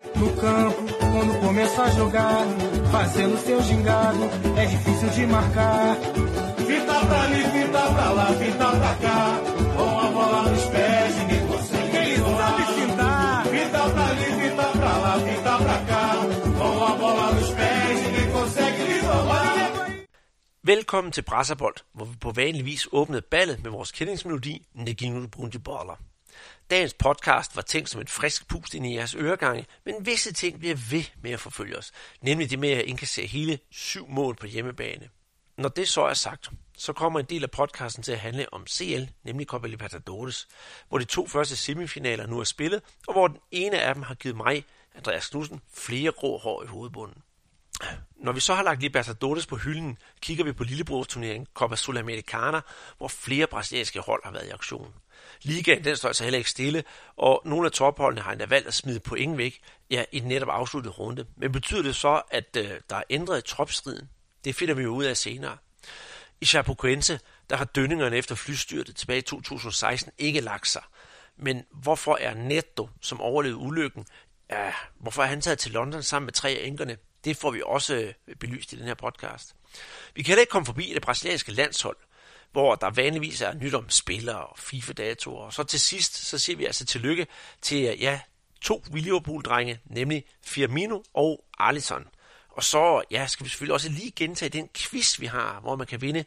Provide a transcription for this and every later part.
No campo, quando começa a jogar, fazendo seu gingado, é difícil de marcar. Fita pra ali, fita pra lá, fita pra cá, com a bola nos pés, ninguém consegue. Quem sabe fintar? Fita pra ali, fita pra lá, fita pra cá, com a bola nos pés, ninguém consegue lhe roubar. Velkommen til Brasserbold, hvor vi på vanlig vis åbnede ballet med vores kendingsmelodi Neginho Brundi Boller. Dagens podcast var tænkt som et frisk pust ind i jeres øregange, men visse ting bliver ved med at forfølge os, nemlig det med at indkassere hele 7 mål på hjemmebane. Når det så er sagt, så kommer en del af podcasten til at handle om CL, nemlig Copa Libertadores, hvor de 2 første semifinaler nu er spillet, og hvor den ene af dem har givet mig, Andreas Knudsen, flere grå hår i hovedbunden. Når vi så har lagt Libertadores på hylden, kigger vi på lillebrorsturneringen Copa Sul-Americana, hvor flere brasilianske hold har været i aktion. Ligaen den står altså heller ikke stille, og nogle af topholdene har endda valgt at smide point væk i den netop afsluttede runde. Men betyder det så, at der er ændret i tropstriden? Det finder vi jo ud af senere. I Chapecoense, der har dønningerne efter flystyrtet tilbage i 2016 ikke lagt sig. Men hvorfor er Neto, som overlevede ulykken, hvorfor er han taget til London sammen med 3 af enkerne? Det får vi også belyst i den her podcast. Vi kan heller ikke komme forbi det brasilianske landshold, hvor der vanligvis er nyt om spillere og FIFA-datoer. Og så til sidst, så siger vi altså tillykke til 2 Liverpool-drenge, nemlig Firmino og Alisson. Og så skal vi selvfølgelig også lige gentage den quiz, vi har, hvor man kan vinde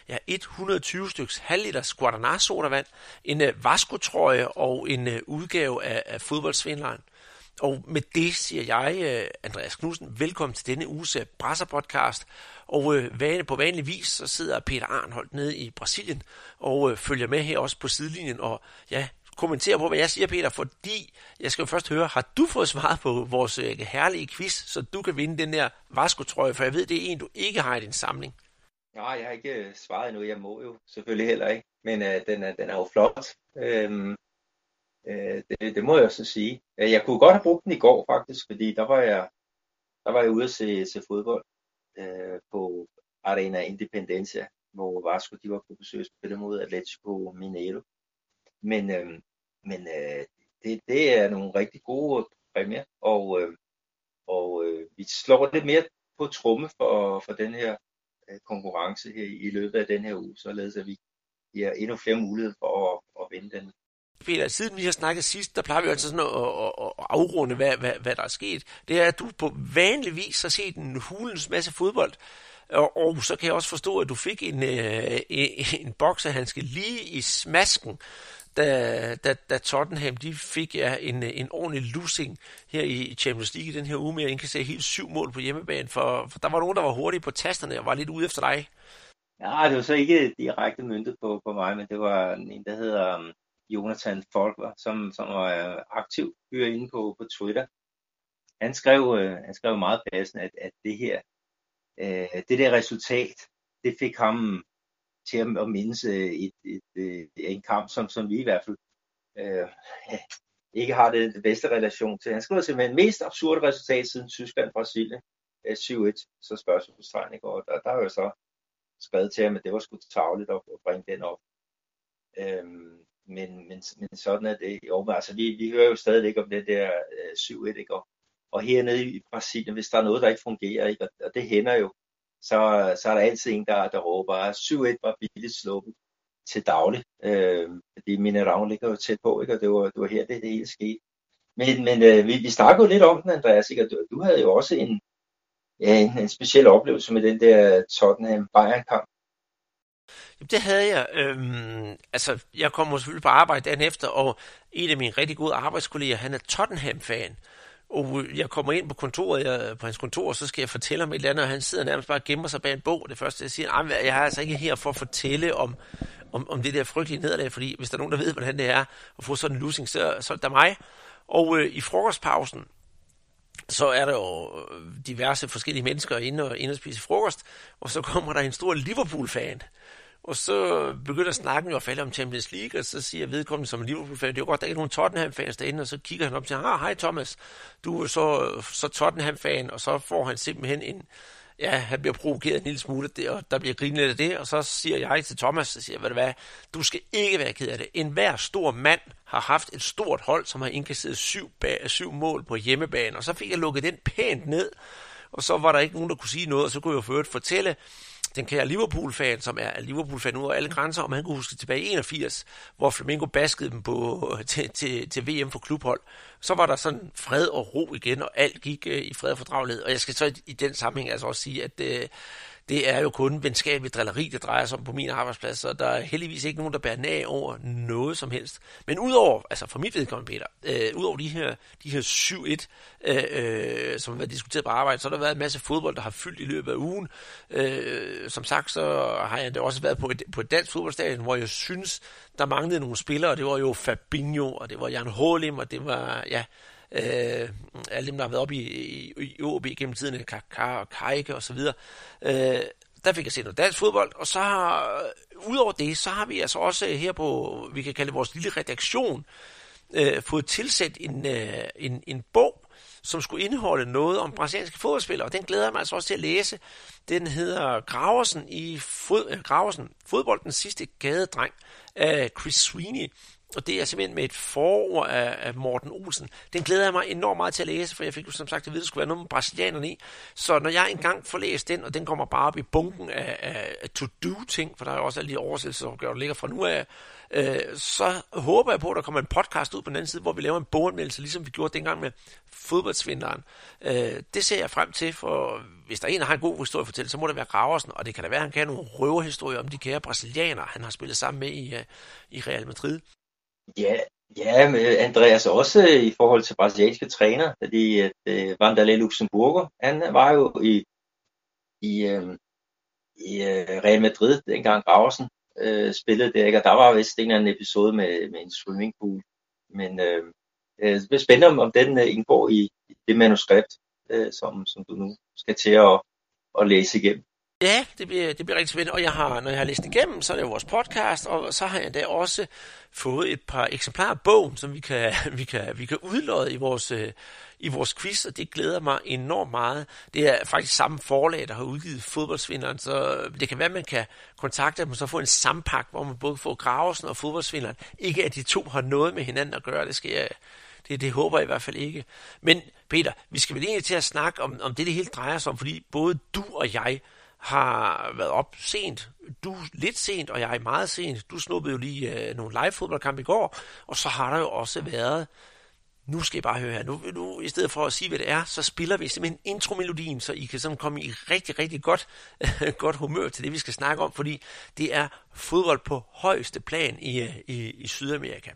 120 styks halvliters Guaraná-sodavand, en Vasco-trøje og en udgave af fodboldsvindleren. Og med det siger jeg, Andreas Knudsen, velkommen til denne uges Brasser-podcast. Og på vanlig vis, så sidder Peter Arnholdt nede i Brasilien og følger med her også på sidelinjen og kommenterer på, hvad jeg siger, Peter, fordi jeg skal jo først høre, har du fået svaret på vores herlige quiz, så du kan vinde den der Vasco-trøje, for jeg ved, det er en, du ikke har i din samling. Nej, jeg har ikke svaret endnu, jeg må jo selvfølgelig heller ikke, men den er jo flot. Det må jeg så sige. Jeg kunne godt have brugt den i går faktisk, fordi der var jeg ude at se fodbold på Arena Independencia, hvor Vasco de var på besøg spille mod Atlético Mineiro. Men det er nogle rigtig gode præmier, og vi slår lidt mere på tromme for den her konkurrence her i løbet af den her uge, således at vi giver endnu flere muligheder for at vinde den. Peter, siden vi har snakket sidst, der plejer vi altså sådan at afrunde, hvad der er sket. Det er, at du på vanlig vis har set en hulens masse fodbold, og så kan jeg også forstå, at du fik en bokserhandske lige i smasken, da Tottenham de fik en ordentlig lussing her i Champions League i den her uge med at indkassere helt 7 mål på hjemmebane, for der var nogen, der var hurtige på tasterne og var lidt ude efter dig. Ja, det var så ikke direkte møntet på mig, men det var en, der hedder Jonathan Folker, som var aktiv inde på Twitter. Han skrev meget passende, at det her, det der resultat, det fik ham til at mindes en kamp, som vi i hvert fald ikke har det bedste relation til. Han skriver simpelthen mest absurde resultat siden Tyskland-Brasilien 7-1, så spørgsmålstegn i går. Der har jo så skrevet til ham, at det var sgu tarveligt at bringe den op. Men sådan er det. Jo, altså vi hører jo stadig ikke om det der 7-1, ikke? Og hernede i Brasilien, hvis der er noget, der ikke fungerer, ikke? Og det hænder jo, så er der altid en, der råber, at 7-1 var billigt sluppet til daglig. Fordi Mineirão ligger jo tæt på, ikke? Og det var her, det hele skete. Men vi snakkede jo lidt om den, Andreas, ikke? Og du havde jo også en speciel oplevelse med den der Tottenham-Bayern-kamp. Det havde jeg. Jeg kom selvfølgelig på arbejde dagen efter, og en af mine rigtig gode arbejdskolleger, han er Tottenham-fan. Og jeg kommer ind på kontoret, på hans kontor, og så skal jeg fortælle ham et eller andet, og han sidder nærmest bare og gemmer sig bag en bog. Det første, jeg siger, jeg er altså ikke her for at fortælle om det der frygtelige nederlag, fordi hvis der er nogen, der ved, hvordan det er at få sådan en losing, så er det der mig. Og i frokostpausen, så er der jo diverse forskellige mennesker inde og spise frokost, og så kommer der en stor Liverpool-fan. Og så begynder snakken jo at falde om Champions League, og så siger vedkommende som Liverpool-fan, det er jo godt, der er ikke nogen Tottenham-fans derinde, og så kigger han op og siger, hej Thomas, du er så Tottenham-fan, og så får han simpelthen han bliver provokeret en lille smule, og der bliver grinet lidt af det, og så siger jeg til Thomas, ved du hvad, du skal ikke være ked af det. En hver stor mand har haft et stort hold, som har indkasseret 7 mål på hjemmebane, og så fik jeg lukket den pænt ned, og så var der ikke nogen, der kunne sige noget, og så kunne jeg for øvrigt fortælle den kære Liverpool-fan, som er Liverpool-fan ud over alle grænser, om han kunne huske tilbage i 81, hvor Flamengo baskede dem til VM for klubhold. Så var der sådan fred og ro igen, og alt gik i fred og fordragelighed. Og jeg skal så i den sammenhæng altså også sige, at det er jo kun venskabelig drilleri, det drejer sig om på min arbejdsplads, så der er heldigvis ikke nogen, der bærer nag over noget som helst. Men udover, altså for mit vedkommende, Peter, udover de her 7-1, som har været diskuteret på arbejde, så har der været en masse fodbold, der har fyldt i løbet af ugen. Som sagt, så har jeg da også været på et dansk fodboldstadion, hvor jeg synes, der manglede nogle spillere, og det var jo Fabinho, og det var Jan Hålim, og det var, alle dem, der har været oppe i OB gennem tiden, Kaká og Kajke og så videre. Der fik jeg set noget dansk fodbold, og så udover det, så har vi altså også her på, vi kan kalde det vores lille redaktion, fået tilsendt en bog, som skulle indeholde noget om brasilianske fodboldspillere, og den glæder jeg mig altså også til at læse. Den hedder Graversen, fodboldens sidste gadedreng af Chris Sweeney. Og det er simpelthen med et forord af Morten Olsen. Den glæder jeg mig enormt meget til at læse, for jeg fik jo som sagt at vide, at der skulle være noget med brasilianerne i. Så når jeg engang får læst den, og den kommer bare op i bunken af to-do-ting, for der er jo også alle de oversættelsesopgaver, der ligger fra nu af, så håber jeg på, at der kommer en podcast ud på den anden side, hvor vi laver en boganmeldelse, ligesom vi gjorde dengang med fodboldsvinderen. Det ser jeg frem til, for hvis der er en, der har en god historie at fortælle, så må det være Graversen, og det kan da være, at han kan have nogle røverhistorier om de kære brasilianere, han har spillet sammen med i Real Madrid. Ja, med Andreas også i forhold til brasilianske træner, fordi Vanderlei Luxemburgo, han var jo i Real Madrid, dengang Graversen spillede der, ikke? Og der var vist en eller anden episode med en swimmingpool, men det bliver spændende, om den indgår i det manuskript, som du nu skal til at læse igennem. Ja, det bliver rigtig spændende, og når jeg har læst igennem, så er det jo vores podcast, og så har jeg da også fået et par eksemplarer af bogen, som vi kan udlodde i vores quiz, og det glæder mig enormt meget. Det er faktisk samme forlag, der har udgivet fodboldsvinderen, så det kan være, at man kan kontakte dem og så få en sammenpakke, hvor man både får Graversen og fodboldsvinderen. Ikke at de to har noget med hinanden at gøre, det håber jeg i hvert fald ikke. Men Peter, vi skal vel egentlig til at snakke om det hele drejer sig om, fordi både du og jeg har været op sent. Du lidt sent, og jeg meget sent. Du snuppede jo lige nogle live fodboldkampe i går, og så har der jo også været, nu skal I bare høre her, nu i stedet for at sige, hvad det er, så spiller vi simpelthen intromelodien, så I kan sådan komme i rigtig, rigtig godt humør til det, vi skal snakke om, fordi det er fodbold på højeste plan i Sydamerika.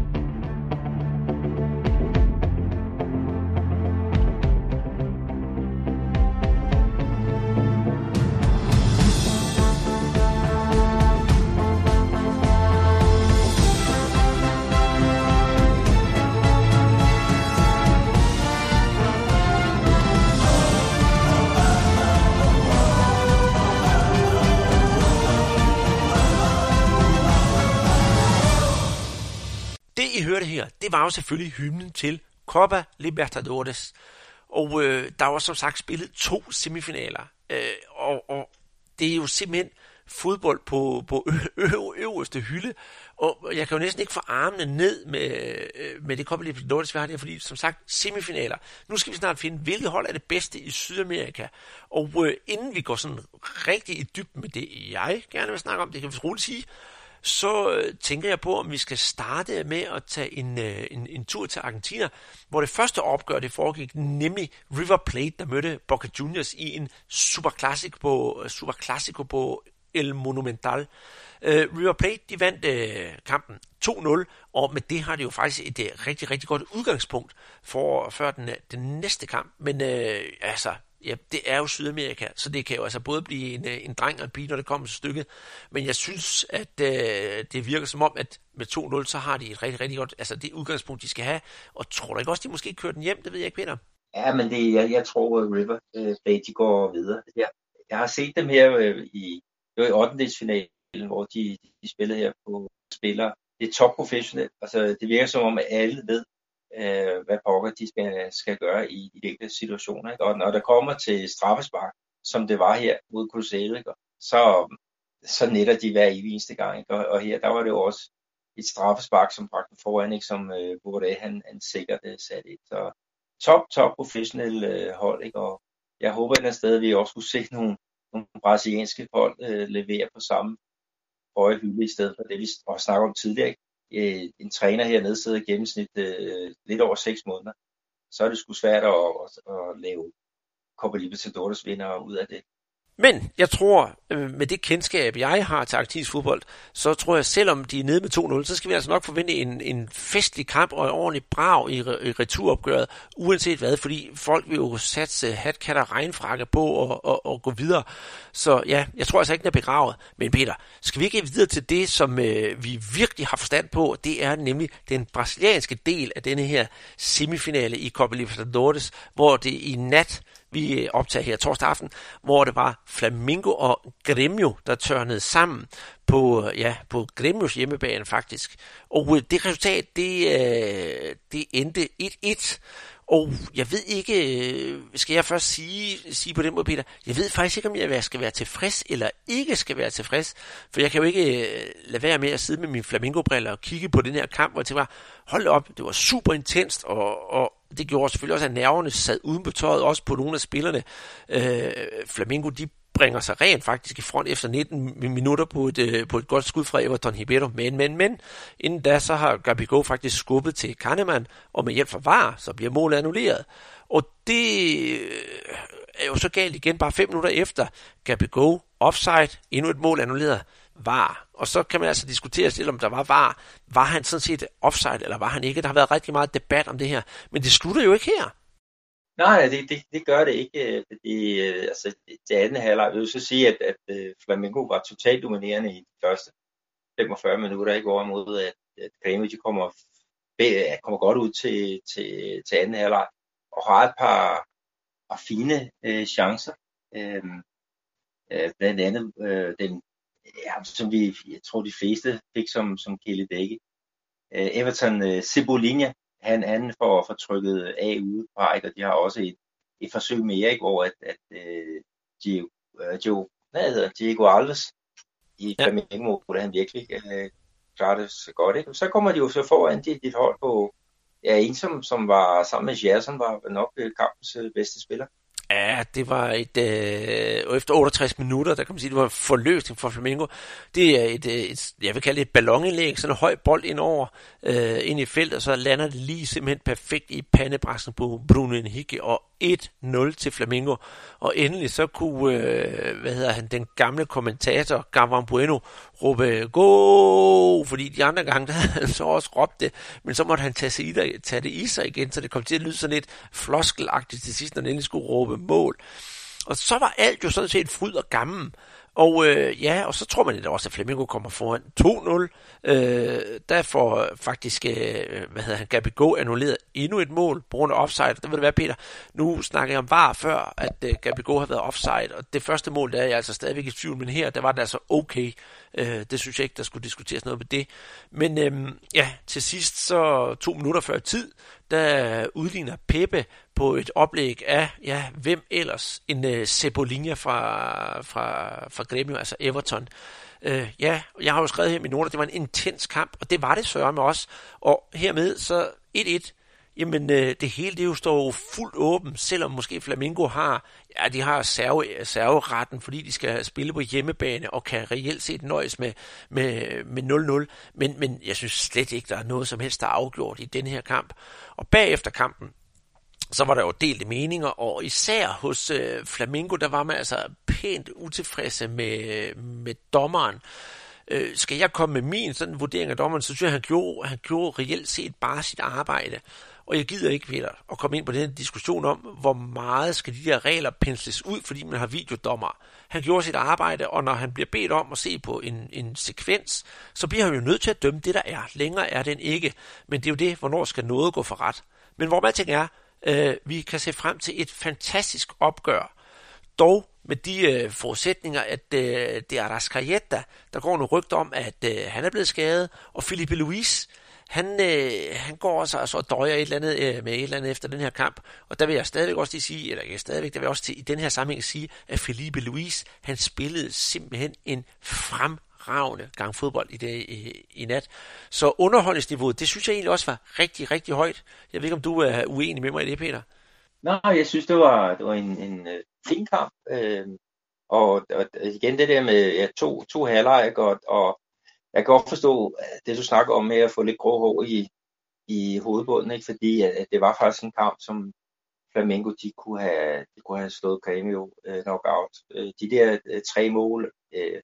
Det I hørte her, det var jo selvfølgelig hymnen til Copa Libertadores. Og der var som sagt spillet 2 semifinaler. Og det er jo simpelthen fodbold på øverste hylde. Og jeg kan jo næsten ikke få armene ned med det Copa Libertadores, vi har der, fordi som sagt semifinaler. Nu skal vi snart finde, hvilket hold er det bedste i Sydamerika. Og inden vi går sådan rigtig i dybden med det, jeg gerne vil snakke om, det kan vi roligt sige, så tænker jeg på, om vi skal starte med at tage en tur til Argentina, hvor det første opgør, det foregik, nemlig River Plate, der mødte Boca Juniors i en superklassiko på El Monumental. River Plate, de vandt kampen 2-0, og med det har de jo faktisk et rigtig, rigtig godt udgangspunkt før den næste kamp. Men ja, det er jo Sydamerika, så det kan jo altså både blive en dreng og en pige, når det kommer til stykket. Men jeg synes, at det virker som om, at med 2-0, så har de et rigtig, rigtig godt, altså det udgangspunkt, de skal have. Og tror du ikke også, de måske kører den hjem? Det ved jeg ikke, Peter. Ja, men jeg tror, River Plate, de går videre. Jeg har set dem her i 8. hvor de spillede her på spillere. Det er topprofessionelt. Altså, det virker som om, at alle ved, hvad pokker de skal gøre i de enkelte situationer. Ikke? Og når der kommer til straffespark, som det var her mod Crusade, ikke? Så netter de hver eneste gang, ikke? Og her, der var det jo også et straffespark, som bragte foran, ikke? Som Bourdais, han sikkert satte, ikke? Så top professionelle hold, ikke? Og jeg håber et sted, at vi også kunne se nogle brasilianske hold levere på samme høje hylde, i stedet for det, vi også snakker om tidligere, ikke? En træner hernede sidder i gennemsnit lidt over 6 måneder, så er det sgu svært at lave Copa Libertadores vinder ud af det. Men jeg tror, med det kendskab, jeg har til aktiv fodbold, så tror jeg, selvom de er nede med 2-0, så skal vi altså nok forvente en festlig kamp og en ordentlig brag i returopgøret, uanset hvad, fordi folk vil jo satse hatkat og regnfrakke på og gå videre. Så ja, jeg tror altså ikke, den er begravet. Men Peter, skal vi ikke videre til det, som vi virkelig har forstand på? Det er nemlig den brasilianske del af denne her semifinale i Copa Libertadores, hvor det i nat, vi optager her torsdag aften, hvor det var Flamengo og Grêmio, der tørnede sammen på Grêmios hjemmebane faktisk. Og det resultat, det endte 1-1. Og jeg ved ikke, skal jeg først sige på den måde, Peter, jeg ved faktisk ikke, om jeg skal være tilfreds eller ikke skal være tilfreds, for jeg kan jo ikke lade være med at sidde med mine Flamengo-briller og kigge på den her kamp, hvor jeg tænkte, hold op, det var super intenst, og det gjorde selvfølgelig også, at nerverne sad uden på tøjet, også på nogle af spillerne. Flamengo, de bringer sig rent faktisk i front efter 19 minutter på et godt skud fra Everton Ribeiro. Men inden da, så har Gabigol faktisk skubbet til Kahneman, og med hjælp fra VAR, så bliver målet annulleret. Og det er jo så galt igen, bare 5 minutter efter. Gabigol offside, endnu et mål annulleret. VAR. Og så kan man altså diskutere selv, om der var VAR. Var han sådan set offside, eller var han ikke? Der har været rigtig meget debat om det her. Men det slutter jo ikke her. Nej, det gør det ikke. Altså, det andet halvleg vil jo så sige, at Flamengo var totalt dominerende i de første 45 minutter, ikke over mod, at Grêmio, de kommer godt ud til anden halvleg, og har et par fine chancer. Blandt andet som jeg tror de fleste fik som Kelly Dække. Everton Cebolinha, han får trykket af udefra, og de har også et forsøg med Erik, hvor Diego Alves i Flamengo, hvor han virkelig klarer det så godt, ikke? Så kommer de jo så foran dit hold på en, som var sammen med Gerson, var nok kampens bedste spiller. Ja, det var efter 68 minutter, der kan man sige, det var forløsning for Flamengo. Det er et jeg vil kalde det et ballonindlæg, sådan en høj bold ind i feltet, og så lander det lige simpelthen perfekt i pandebræksen på Bruno Henrique, og 1-0 til Flamengo. Og endelig så kunne, den gamle kommentator, Galvão Bueno, råbe go, fordi de andre gange, der havde han så også råbt det, men så måtte han tage det i sig igen, så det kom til at lyde sådan lidt floskelagtigt til sidst, når han endelig skulle råbe mål. Og så var alt jo sådan set fryd og gammel. Og og så tror man at også, at Flamengo kommer foran 2-0. Der får faktisk, Gabigol annulleret endnu et mål på grund af offside. Der vil det være, Peter, nu snakker jeg om VAR før, at Gabigol har været offside, og det første mål, der er jeg altså stadigvæk i tvivl, men her, der var det altså okay. Det synes jeg ikke, der skulle diskuteres noget med det. Men til sidst, så 2 minutter før tid, der udligner Pepe på et oplæg af, hvem ellers en Cebolinha fra Grêmio, altså Everton. Jeg har jo skrevet her i mine noter, det var en intens kamp, og det var det sørme også. Og hermed så 1-1. Jamen, det hele, det jo står jo fuldt åben, selvom måske Flamengo har serveretten, fordi de skal spille på hjemmebane, og kan reelt set nøjes med 0-0. Men jeg synes slet ikke, der er noget som helst, der er afgjort i den her kamp. Og bagefter kampen, så var der jo delte meninger, og især hos Flamengo, der var man altså pænt utilfredse med dommeren. Skal jeg komme med min sådan vurdering af dommeren, så synes jeg, han gjorde reelt set bare sit arbejde. Og jeg gider ikke, Peter, at komme ind på den diskussion om, hvor meget skal de der regler pensles ud, fordi man har videodommer. Han gjorde sit arbejde, og når han bliver bedt om at se på en sekvens, så bliver han jo nødt til at dømme det, der er. Længere er den ikke. Men det er jo det, hvornår skal noget gå for ret. Men hvor man tænker vi kan se frem til et fantastisk opgør. Dog med de forudsætninger, at det er Arrascaeta, der går nogle rygter om, at han er blevet skadet, og Felipe Luis, han går også og døjer et eller andet, med et eller andet efter den her kamp, og der vil jeg stadigvæk også lige sige, eller der vil jeg også i den her sammenhæng sige, at Felipe Luis, han spillede simpelthen en fremragende gang fodbold i nat. Så underholdningsniveauet, det synes jeg egentlig også var rigtig, rigtig højt. Jeg ved ikke, om du er uenig med mig i det, Peter? Nej, jeg synes, det var en fin kamp. Og igen det der med to halvleg, og jeg kan godt forstå det, du snakker om med at få lidt grå hår i hovedbunden, ikke? Fordi at det var faktisk en kamp, som Flamengo de kunne have slået Grêmio knockout. De der 3 mål,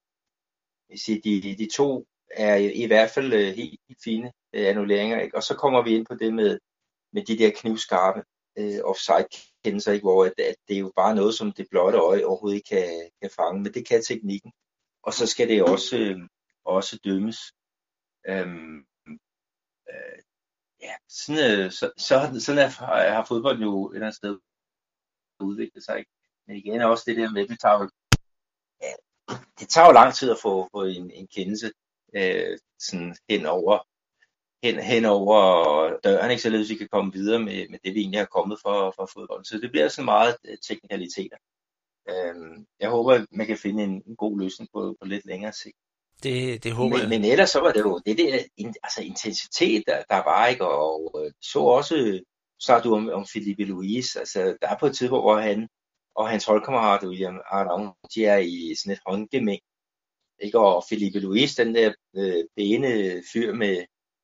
de to er i hvert fald helt fine annulleringer, ikke? Og så kommer vi ind på det med de der knivskarpe offside-kendelser, ikke? Hvor at det er jo bare noget, som det blotte øje overhovedet ikke kan fange, men det kan teknikken. Og så skal det også dømmes. Sådan har fodbold jo et eller andet sted udviklet sig, ikke? Men igen også det der med, det tager jo lang tid at få en kendelse sådan hen over døren, ikke? Således vi kan komme videre med det, vi egentlig har kommet fra fodbold. Så det bliver sådan meget teknikaliteter. Jeg håber, at man kan finde en god løsning på lidt længere sigt. Det håber jeg. Men ellers så var det jo det der intensitet, der var, ikke? Og så også, du om Felipe Luis, altså der er på et tidspunkt, hvor han og hans holdkammerat William Arão, de er i sådan et håndgemæng, ikke? Og Felipe Luis, den der pæne fyr med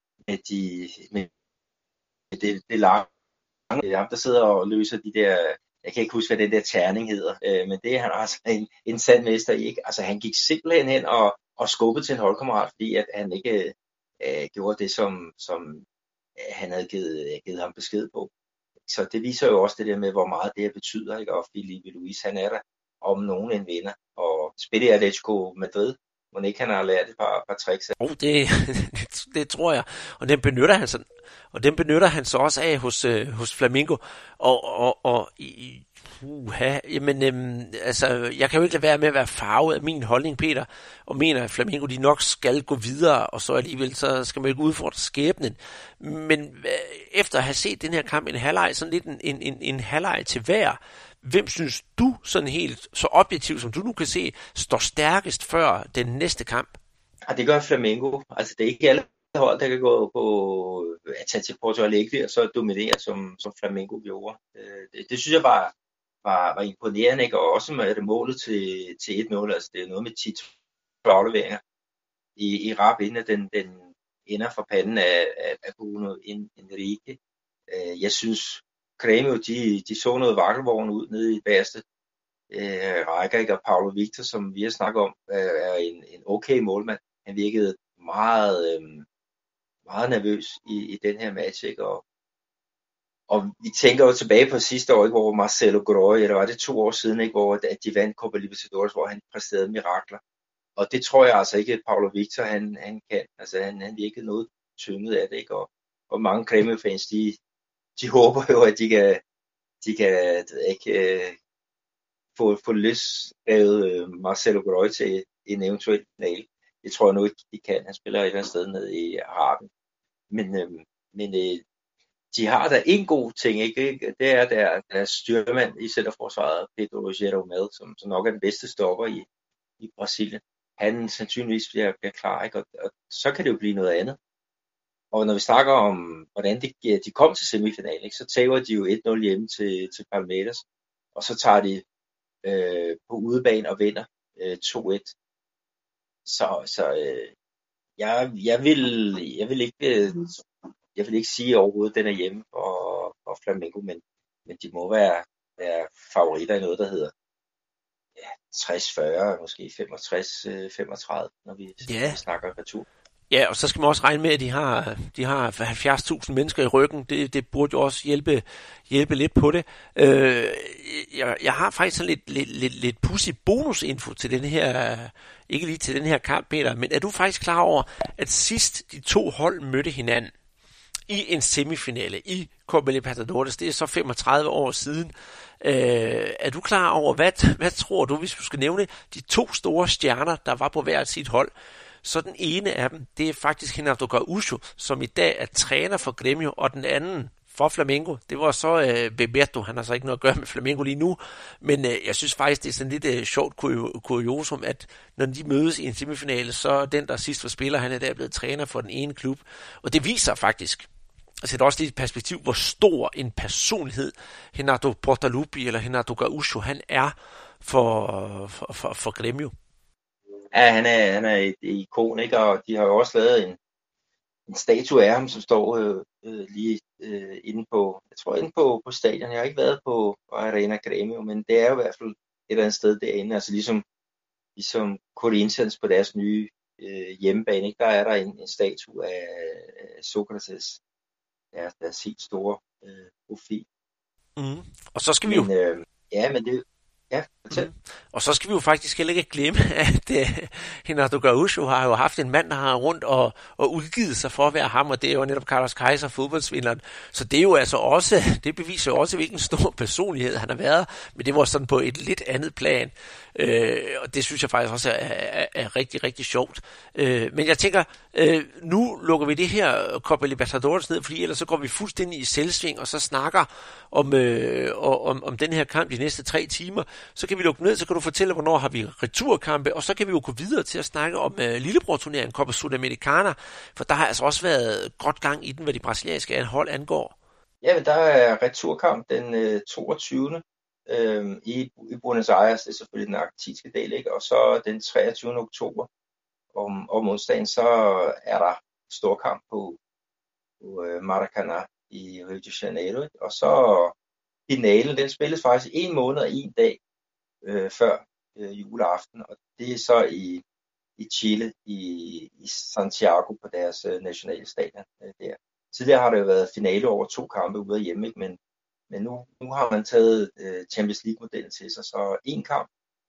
det lange, ham der sidder og løser de der, jeg kan ikke huske, hvad den der terning hedder, men det er han altså en sand mester i, ikke? Altså han gik simpelthen hen og skubbede til en holdkammerat, fordi at han ikke gjorde det, som han havde givet ham besked på. Så det viser jo også det der med, hvor meget det her betyder, ikke? Og Felipe Luis, han er der om nogen en vinder, og spiller i Atletico Madrid, må ikke han har lært et par tricks af. Det tror jeg, og den benytter han så også af hos Flamengo, altså, jeg kan jo ikke lade være med at være farvet af min holdning, Peter, og mener, at Flamengo de nok skal gå videre, og så alligevel, så skal man ikke udfordre skæbnen. Men efter at have set den her kamp, en halvleg, sådan lidt en halvleg til hver, hvem synes du sådan helt så objektivt, som du nu kan se, står stærkest før den næste kamp? Ja, det gør Flamengo. Altså, det er ikke alle hold, der kan gå på at tage til Porto Alegre og så dominere, som Flamengo gjorde. Det synes jeg var imponerende, ikke? Og også med det målet til 1-0, altså det er noget med 10 afleveringer i rap, inden den ender for panden af Bruno Henrique. Jeg synes, Grêmio, de så noget vakkelvogn ud nede i bagerste rækker, ikke? Og Paulo Victor, som vi har snakket om, er en okay målmand. Han virkede meget nervøs i den her match, ikke? Og vi tænker jo tilbage på sidste år, ikke, hvor Marcelo Groi, eller var det 2 år siden, ikke, hvor at de vandt Copa Libertadores, hvor han præsterede mirakler. Og det tror jeg altså ikke, at Paulo Victor han kan. Altså han virkede noget tynget af det, ikke? Og mange Grêmio-fans, de håber jo, at de kan ikke få løsrevet Marcelo Groi til en eventuel finale. Det tror jeg nu ikke, de kan. Han spiller et eller andet sted nede i Arabien. Men de har da en god ting, ikke? Det er deres styrmand i centerforsvaret, Pedro Jeromel, som nok er den bedste stopper i Brasilien. Han sandsynligvis bliver klar, ikke? Og så kan det jo blive noget andet. Og når vi snakker om, hvordan de kom til semifinalen, ikke? Så taber de jo 1-0 hjemme til Palmeiras, og så tager de på udebane og vinder 2-1. Så jeg vil ikke sige overhovedet, den er hjemme for Flamengo, men de må være favoritter i noget, der hedder 60-40, måske 65-35, når vi snakker retur. Ja, og så skal man også regne med, at de har 70.000 mennesker i ryggen. Det burde jo også hjælpe lidt på det. Jeg har faktisk sådan lidt pudsig bonusinfo til den her, ikke lige til den her kamp, Peter, men er du faktisk klar over, at sidst de 2 hold mødte hinanden i en semifinale i Copa Libertadores, det er så 35 år siden. Er du klar over, hvad tror du, hvis du skal nævne de 2 store stjerner, der var på hvert sit hold, Så den ene af dem, det er faktisk Renato Gaúcho, som i dag er træner for Grêmio, og den anden for Flamengo, det var så Bebeto. Han har så ikke noget at gøre med Flamengo lige nu, men jeg synes faktisk, det er sådan lidt sjovt kuriosum, at når de mødes i en semifinale, så er den, der sidst var spiller, han er der blevet træner for den ene klub. Og det viser faktisk, og sætter også lidt i perspektiv, hvor stor en personlighed Renato Portaluppi eller Renato Gaúcho, han er for Grêmio. Ja, han er et ikon, ikke? Og de har jo også lavet en statue af ham, som står lige inde på, jeg tror inde på stadion. Jeg har ikke været på Arena Grêmio, men det er jo i hvert fald et eller andet sted derinde, altså ligesom Corinthians på deres nye hjemmebane, ikke? Der er der en statue af Sokrates, deres helt store profil. Og så skal vi jo... men det... Ja, Og så skal vi jo faktisk heller ikke glemme, at Renato Gaúcho har jo haft en mand, der har rundt og udgivet sig for at være ham, og det er jo netop Carlos Kaiser, fodboldsvinderen. Så det er jo altså også, det beviser jo også, hvilken stor personlighed han har været, men det var sådan på et lidt andet plan. Og det synes jeg faktisk også er rigtig, rigtig sjovt. Men jeg tænker, nu lukker vi det her Copa Libertadores ned, fordi ellers så går vi fuldstændig i selvsving, og så snakker om den her kamp de næste 3 timer. Så kan vi lukke ned, så kan du fortælle, hvornår har vi returkampe, og så kan vi jo gå videre til at snakke om lillebror-turneringen Copa Sudamericana, for der har altså også været godt gang i den, hvad de brasilianske hold angår. Ja, men der er returkamp den 22. I Buenos Aires, det er selvfølgelig den argentinske del, ikke? Og så den 23. oktober om onsdagen, så er der storkamp på Maracanã i Rio de Janeiro, ikke? Og så finalen, den spilles faktisk 1 måned og 1 dag før juleaften, og det er så i Chile, i Santiago på deres nationale stadion der. Tidligere har der jo været finale over 2 kampe ude af hjemme, ikke? Men nu har man taget Champions League-modellen til sig, så 1 kamp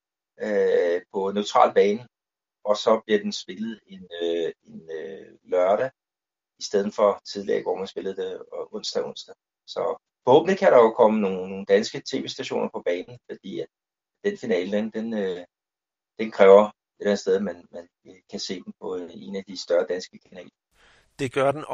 på neutral bane, og så bliver den spillet en lørdag, i stedet for tidligere, hvor man spillede det onsdag. Så forhåbentlig kan der jo komme nogle danske tv-stationer på banen, fordi at den finale, den kræver et eller andet sted, at man kan se den på en af de større danske kanaler. Det gør den,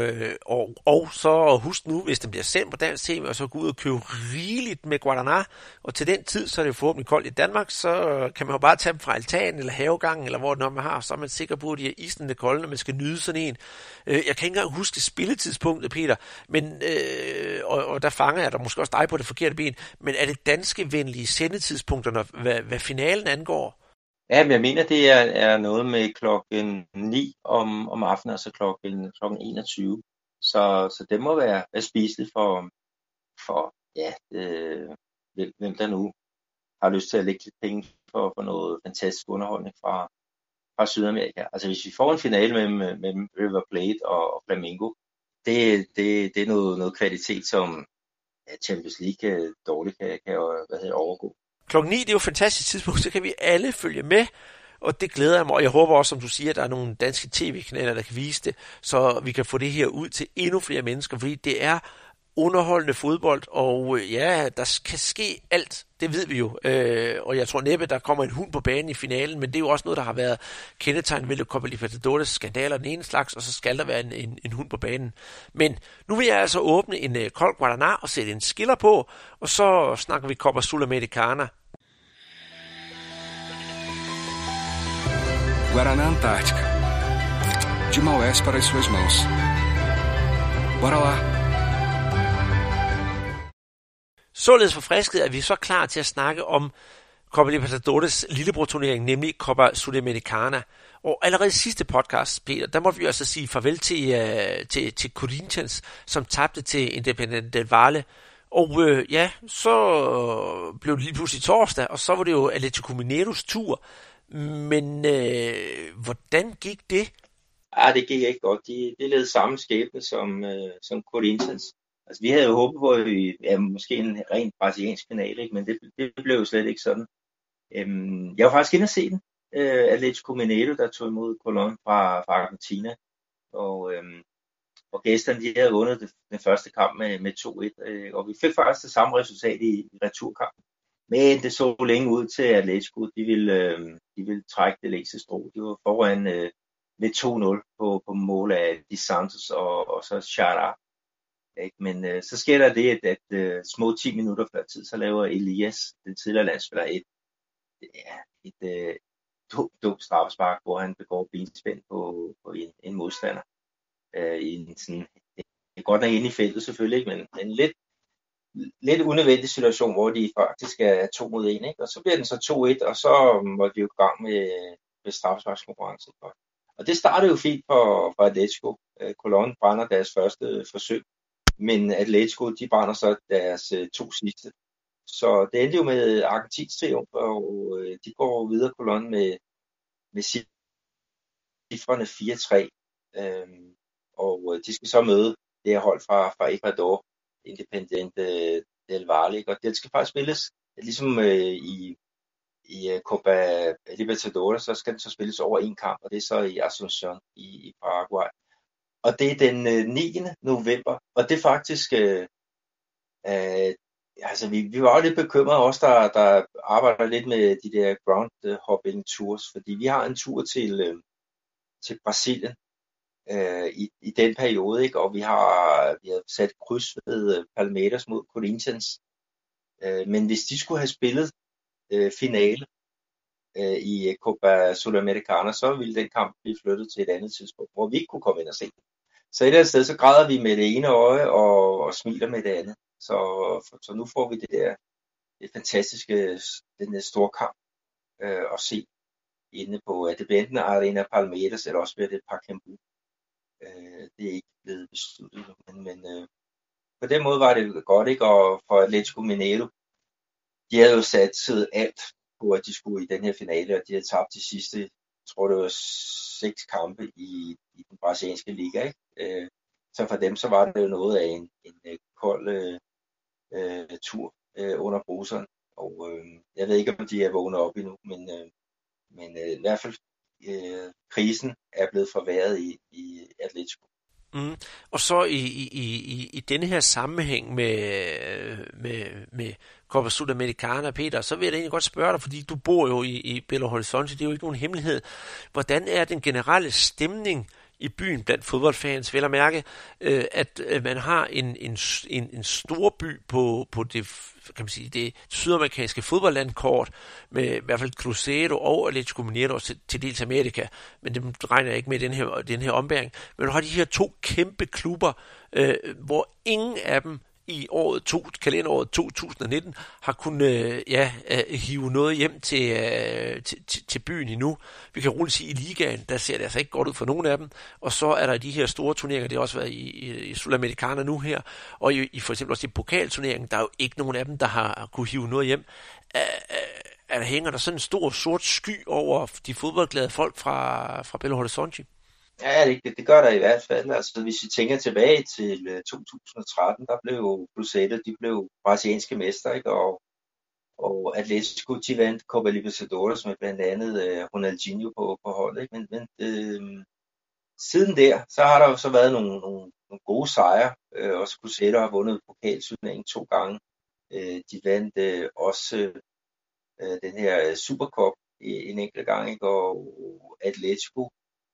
og så husk nu, hvis den bliver sendt på dansk tv, og så gå ud og købe rigeligt med Guaraná, og til den tid, så er det jo forhåbentlig koldt i Danmark, så kan man jo bare tage dem fra altanen eller havegangen, eller hvor det man har, så er man sikker på, at de er isende kolde, når man skal nyde sådan en. Jeg kan ikke engang huske spilletidspunktet, Peter, men, og der fanger jeg da måske også dig på det forkerte ben, men er det danske venlige sendetidspunkterne, hvad finalen angår? Ja, men jeg mener, det er noget med klokken 9 om aftenen, altså klokken 21. Så det må være spiseligt for hvem der nu har lyst til at lægge lidt penge for noget fantastisk underholdning fra Sydamerika. Altså hvis vi får en finale mellem River Plate og Flamengo, det er noget kvalitet, som Champions League dårligt kan overgå. Klokken 9, det er jo et fantastisk tidspunkt, så kan vi alle følge med, og det glæder jeg mig, og jeg håber også, som du siger, at der er nogle danske tv-kanaler, der kan vise det, så vi kan få det her ud til endnu flere mennesker, fordi det er underholdende fodbold, og ja, der kan ske alt, det ved vi jo, og jeg tror næppe, der kommer en hund på banen i finalen, men det er jo også noget, der har været kendetegn ved Copa Libertadores skandaler den ene slags, og så skal der være en hund på banen. Men nu vil jeg altså åbne en kold Guaraná og sætte en skiller på, og så snakker vi Copa Sudamericana. Guaraná Antártica. De Maués para as suas mãos. Bora lá. Således forfrisket er vi så klar til at snakke om Copa Libertadores lillebror-turnering, nemlig Copa Sudamericana. Og allerede i sidste podcast, Peter, der måtte vi altså sige farvel til Corinthians, som tabte til Independiente del Valle. Og så blev det lige pludselig torsdag, og så var det jo Atlético Mineiros tur. Men hvordan gik det? Det gik ikke godt. De led samme skæbne som Corinthians. Altså, vi havde jo håbet på, at måske en rent brasiliansk finale, ikke? Men det blev jo slet ikke sådan. Jeg var faktisk inde at se den. Atlético Mineiro, der tog imod Colón fra Argentina. Og gæsterne, de havde vundet den første kamp med 2-1. Og vi fik faktisk det samme resultat i returkampen. Men det så længe ud til Atlético. De ville trække det længste strå. De var foran ved 2-0 på mål af Di Santos og så Chara. Men så sker der det, at små 10 minutter før tid, så laver Elias, den tidligere landspiller, et dumt straffespark, hvor han begår benspænd på en modstander. I en sådan, det er godt nok inde i feltet selvfølgelig, men en lidt unødvendig situation, hvor de faktisk er 2 mod 1, ikke? Og så bliver den så 2-1, og så må de jo i gang med straffesparkskonkurrencen. Og det startede jo fint for Atletico. Colón brænder deres første forsøg, men Atletico, de brænder så deres 2 sidste. Så det endte jo med Argentins triumf, og de går videre Colón med cifrene 4-3. Og de skal så møde det her hold fra Ecuador, Independiente del Valle, og det skal faktisk spilles ligesom i Copa Libertadores, så skal den så spilles over en kamp, og det er så i Asunción i Paraguay. Og det er den 9. november, og det er faktisk, altså vi var jo lidt bekymrede også, der arbejder lidt med de der ground hopping tours, fordi vi har en tur til Brasilien i den periode, ikke? Og vi har sat kryds ved Palmeiras mod Corinthians. Men hvis de skulle have spillet finale i Copa Sudamericana, så ville den kamp blive flyttet til et andet tidspunkt, hvor vi ikke kunne komme ind og se den. Så et eller andet sted, så græder vi med det ene øje og smiler med det andet. Så nu får vi det fantastiske, den store kamp at se inde på, at det bliver enten Arena Palmeiras, eller også bliver det Pacaembu. Det er ikke blevet besluttet, men på den måde var det godt, ikke? Og for Atlético Mineiro, de havde jo satset alt på, at de skulle i den her finale, og de havde tabt de sidste, jeg tror det var 6 kampe i den brasilianske liga, ikke? Så for dem, så var det jo noget af en kold tur under bruseren, og jeg ved ikke, om de er vågnet op endnu, men i hvert fald krisen er blevet forværret i Atletico. Og så i denne her sammenhæng med Copa Sudamericana, Peter, så vil jeg da egentlig godt spørge dig, fordi du bor jo i Belo Horizonte, det er jo ikke nogen hemmelighed. Hvordan er den generelle stemning i byen blandt fodboldfans, vel at mærke, at man har en stor by på det, kan man sige, det sydamerikanske fodboldlandkort, med i hvert fald Cruzeiro og Atlético Mineiro til dels Amerika, men dem regner jeg ikke med i den her ombæring. Men du har de her 2 kæmpe klubber, hvor ingen af dem i kalenderåret 2019 har kunnet hive noget hjem til byen endnu. Vi kan roligt sige, at i ligaen, der ser det altså ikke godt ud for nogen af dem. Og så er der de her store turneringer, det har også været i Sudamericana nu her, og i for eksempel også i pokalturneringen, der er jo ikke nogen af dem, der har kunne hive noget hjem. Hænger der sådan en stor sort sky over de fodboldglade folk fra Belo Horizonte? Ja, det gør der i hvert fald. Altså, hvis vi tænker tilbage til 2013, der blev Cruzeiro, de blev brasilianske mester, ikke? Og Atlético, de vandt Copa Libertadores med blandt andet Ronaldinho på holdet, ikke? Men siden der, så har der jo så været nogle gode sejre. Også Cruzeiro har vundet pokalturneringen 2 gange. De vandt også den her Supercup en enkelt gang, ikke? Og Atlético,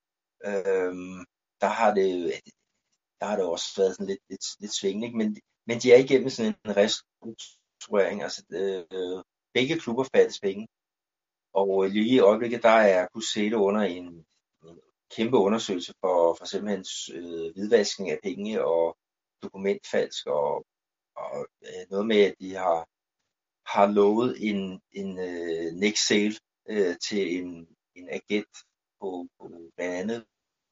der har det også været sådan lidt svingende, men de er igennem sådan en restrukturering. Altså begge klubber fattes penge, og lige i øjeblikket der er Cruzeiro under en kæmpe undersøgelse for simpelthen hvidvaskning af penge og dokumentfalsk og noget med, at de har lovet en next sale til en agent på blandt andet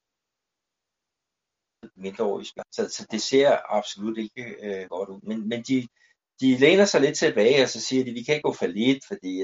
mindreårige. Så det ser absolut ikke godt ud. Men de læner sig lidt tilbage, og så siger de, at vi kan ikke gå fallit, fordi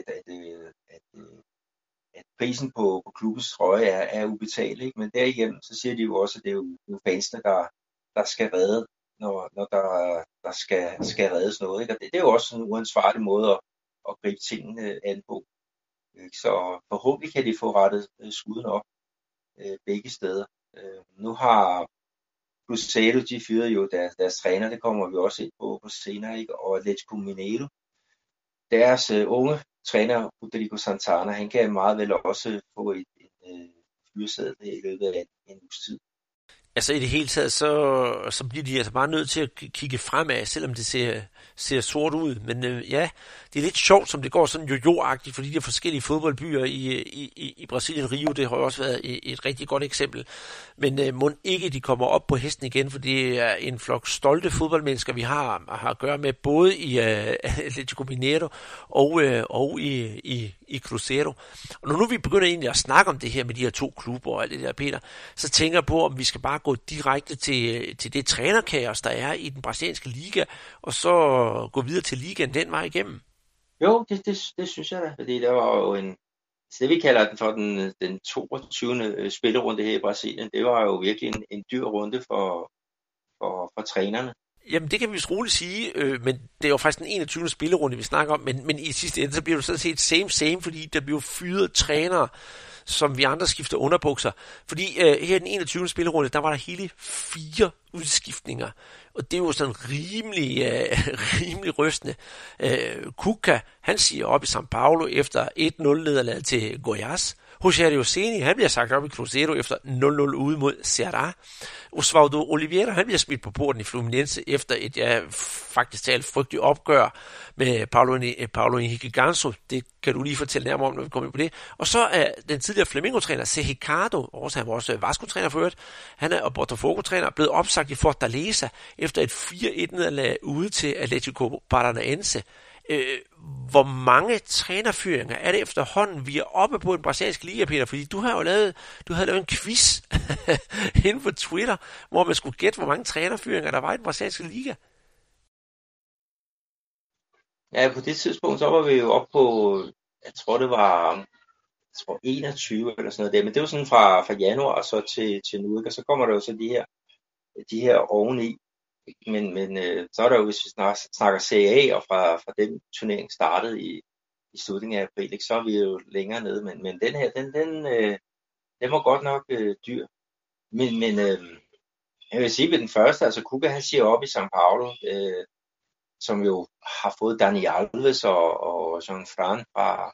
at prisen på klubbens trøje er ubetalt. Ikke? Men derigennem, så siger de jo også, at det er jo fansene, der skal redde, når der skal reddes noget. Ikke? Og det er jo også en uansvarlig måde at gribe tingene an på. Så forhåbentlig kan de få rettet skuden op begge steder. Nu har Cruzeiro, de fyrede jo deres træner, det kommer vi også ind på senere, ikke? Og Atlético Mineiro, deres unge træner, Rodrigo Santana, han kan meget vel også få fyreseddel i løbet af en uges tid. Altså i det hele taget, så bliver de altså bare nødt til at kigge fremad, selvom det ser sort ud. Men ja, det er lidt sjovt, som det går sådan jojo-agtigt, fordi de er forskellige fodboldbyer i Brasilien. Rio, det har jo også været et rigtig godt eksempel. Men må ikke de kommer op på hesten igen, for det er en flok stolte fodboldmennesker, vi har at gøre med, både i Atlético Mineiro og i Cruzeiro. Og når nu vi begynder egentlig at snakke om det her med de her to klubber og alt det der, Peter, så tænker jeg på, om vi skal bare gå direkte til det trænerkaos, der er i den brasilianske liga, og så gå videre til ligaen den vej igennem. Jo, det synes jeg da, fordi der var jo det vi kalder den for den 22. spillerunde her i Brasilien, det var jo virkelig en dyr runde for trænerne. Jamen, det kan vi vist roligt sige, men det er jo faktisk den 21. spillerunde, vi snakker om, men i sidste ende, så bliver det sådan set same, fordi der bliver fyret trænere, som vi andre skifter underbukser. Fordi her i den 21. spillerunde, der var der hele 4 udskiftninger, og det er jo sådan rimelig rystende. Cuca, han siger op i São Paulo efter 1-0 nederlaget til Goiás. Rogério Ceni, han bliver sagt op i Cruzeiro efter 0-0 ude mod Ceará. Osvaldo Oliveira, han bliver smidt på porten i Fluminense efter et, faktisk talt frygteligt opgør med Paulo Henrique Ganso. Det kan du lige fortælle nærmere om, når vi kommer ind på det. Og så er den tidligere Flamengo-træner, C. Ricardo, også han var også Vasco-træner for øvrigt, han er og Botafogo-træner, blevet opsagt i Fortaleza efter et 4-1-nederlag ude til Atlético Paranaense. Hvor mange trænerfyringer er det efterhånden, vi er oppe på den brasilianske liga, Peter? Fordi du havde lavet en quiz inde på Twitter, hvor man skulle gætte, hvor mange trænerfyringer der var i den brasilianske liga. Ja, på det tidspunkt, så var vi jo oppe på, jeg tror det var 21 eller sådan noget der, men det var sådan fra januar så til nu, og så kommer der jo så de her oveni. Men så er der jo, hvis vi snakker CA, og fra den turnering startede i slutningen af april, så er vi jo længere nede. Men den her, den var godt nok dyr. Men jeg vil sige ved den første, altså Cuca, han siger op i São Paulo, som jo har fået Dani Alves og Jean Fran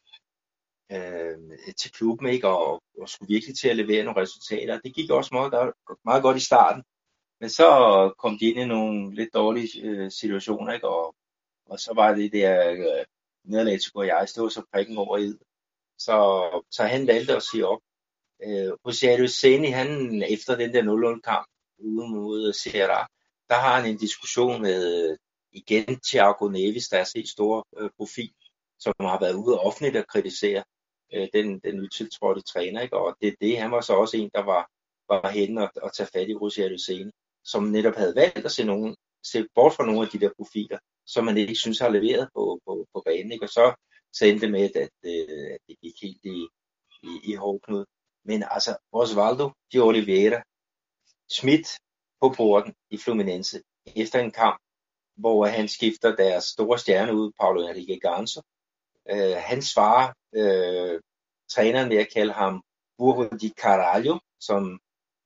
til klubben, ikke? Og skulle virkelig til at levere nogle resultater. Det gik også meget godt i starten. Men så kom de ind i nogle lidt dårlige situationer, ikke? Og så var det der nederlag til Goiás, det var så prikken over i. Så han valgte at sige op. Rogério Ceni, han efter den der 0-0-kamp ude mod Ceará, der har han en diskussion med igen Thiago Neves, der er helt store profil, som har været ude offentligt at kritisere den nytiltrådte træner, ikke? Og han var så også en, der var henne og tage fat i Rogério Ceni, som netop havde valgt at se bort fra nogle af de der profiler, som man ikke synes har leveret på banen, ikke? Og så endte det med, at det gik helt i hårdknud. Men altså, Osvaldo de Oliveira smidt på porten i Fluminense efter en kamp, hvor han skifter deres store stjerne ud, Paulo Henrique Ganso. Han svarer træneren med at kalde ham Burro de Caralho, som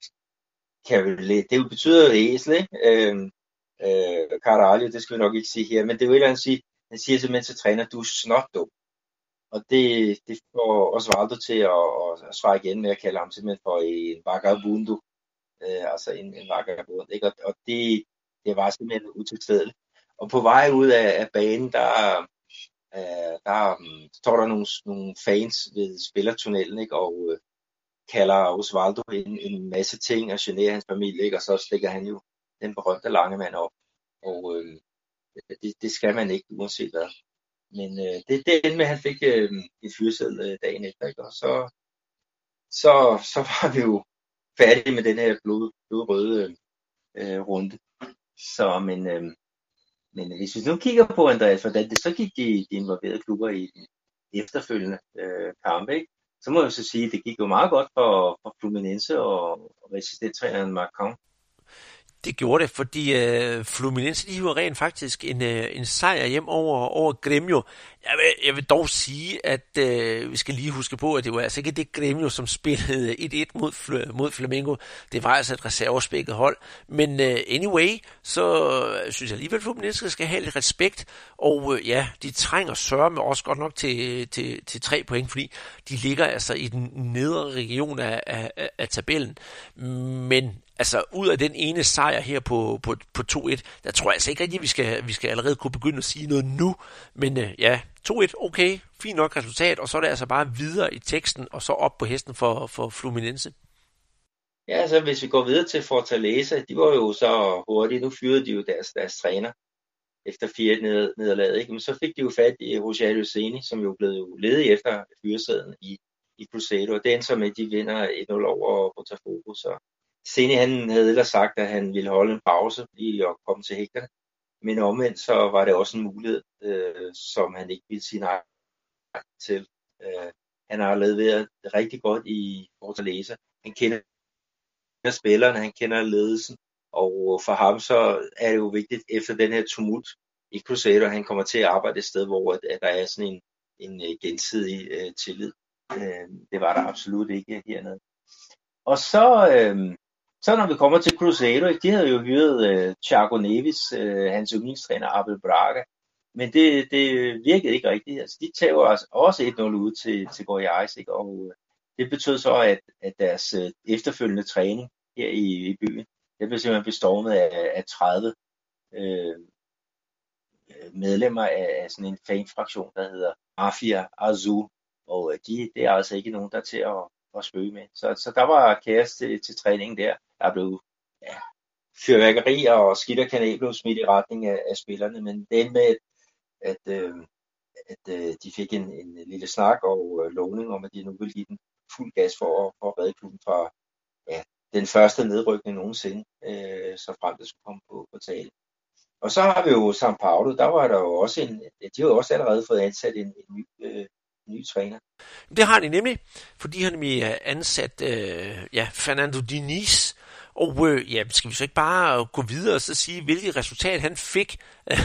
det betyder æsel, ikke? Caralho, det skal vi nok ikke sige her, men det er jo et eller andet han siger simpelthen til træner, du er snotdum. Og det får Osvaldo til at svare igen med at kalde ham simpelthen for en vagabundo, altså en vagabund, ikke? Og det var simpelthen utilstedeligt. Og på vej ud af banen, der står der nogle fans ved spillertunnelen, ikke? Og kalder Osvaldo en masse ting og generer hans familie, ikke? Og så stikker han jo den berømte lange mand op. Og det skal man ikke, uanset hvad. Men det endte med, at han fik et fyreseddel dagen efter, ikke? Og så var vi jo færdige med den her blodrøde runde. Så, men hvis vi nu kigger på, Andreas, hvordan det så gik de involverede klubber i den efterfølgende kampe, ikke? Så må jeg så sige, at det gik jo meget godt for Fluminense og resistenttræneren Marcão. Det gjorde det, fordi Fluminense, de hiver rent faktisk en sejr hjem over Grêmio. Jeg vil dog sige, at vi skal lige huske på, at det var altså ikke det Grêmio, som spillede 1-1 mod Flamengo. Det var altså et reservespækket hold. Men anyway, så synes jeg alligevel, at Fluminense skal have lidt respekt. Og ja, de trænger sørme også godt nok til 3 point, fordi de ligger altså i den nedre region af tabellen. Men altså, ud af den ene sejr her på 2-1, der tror jeg altså ikke rigtig, vi skal allerede kunne begynde at sige noget nu. Men ja, 2-1, okay, fint nok resultat, og så er det altså bare videre i teksten, og så op på hesten for Fluminense. Ja, altså hvis vi går videre til Fortaleza, de var jo så hurtige, nu fyrede de jo deres træner efter 4 nederlaget, ikke? Men så fik de jo fat i Rogério Ceni, som jo blev ledig efter fyresedlen i Cruzeiro, og det endte så med, at de vinder 1-0 over Botafogo, så Ceni han havde ellers sagt, at han ville holde en pause lige at komme til hægterne, men omvendt så var det også en mulighed, som han ikke ville sige nej til. Han har leveret rigtig godt i Fortaleza. Han kender spillerne, han kender ledelsen, og for ham så er det jo vigtigt efter den her tumult i Cruzeiro, han kommer til at arbejde et sted, hvor at der er sådan en gensidig tillid. Det var der absolut ikke hernede. Og så når vi kommer til Cruzeiro, de havde jo hyret Thiago Neves, hans yndlingstræner Abel Braga, men det virkede ikke rigtigt. Altså, de tager altså også 1-0 ud til Goiás, ikke? Og det betød så, at deres efterfølgende træning her i byen, det blev simpelthen bestormet af 30 medlemmer af sådan en fanfraktion, der hedder Mafia Azul, og det er altså ikke nogen, der er til at spøge med. Så der var kaos til træningen der. Der blev fyrværkeri og skidt og kanel blev smidt i retning af spillerne, men det endte med, at de fik en lille snak og lovning om, at de nu ville give den fuld gas for at redde klubben fra den første nedrykning nogensinde, så frem det skulle komme på tale. Og så har vi jo São Paulo, der var der jo også de har jo også allerede fået ansat en ny træner. Det har de nemlig, for de har nemlig ansat Fernando Diniz, og skal vi så ikke bare gå videre og så sige, hvilket resultat han fik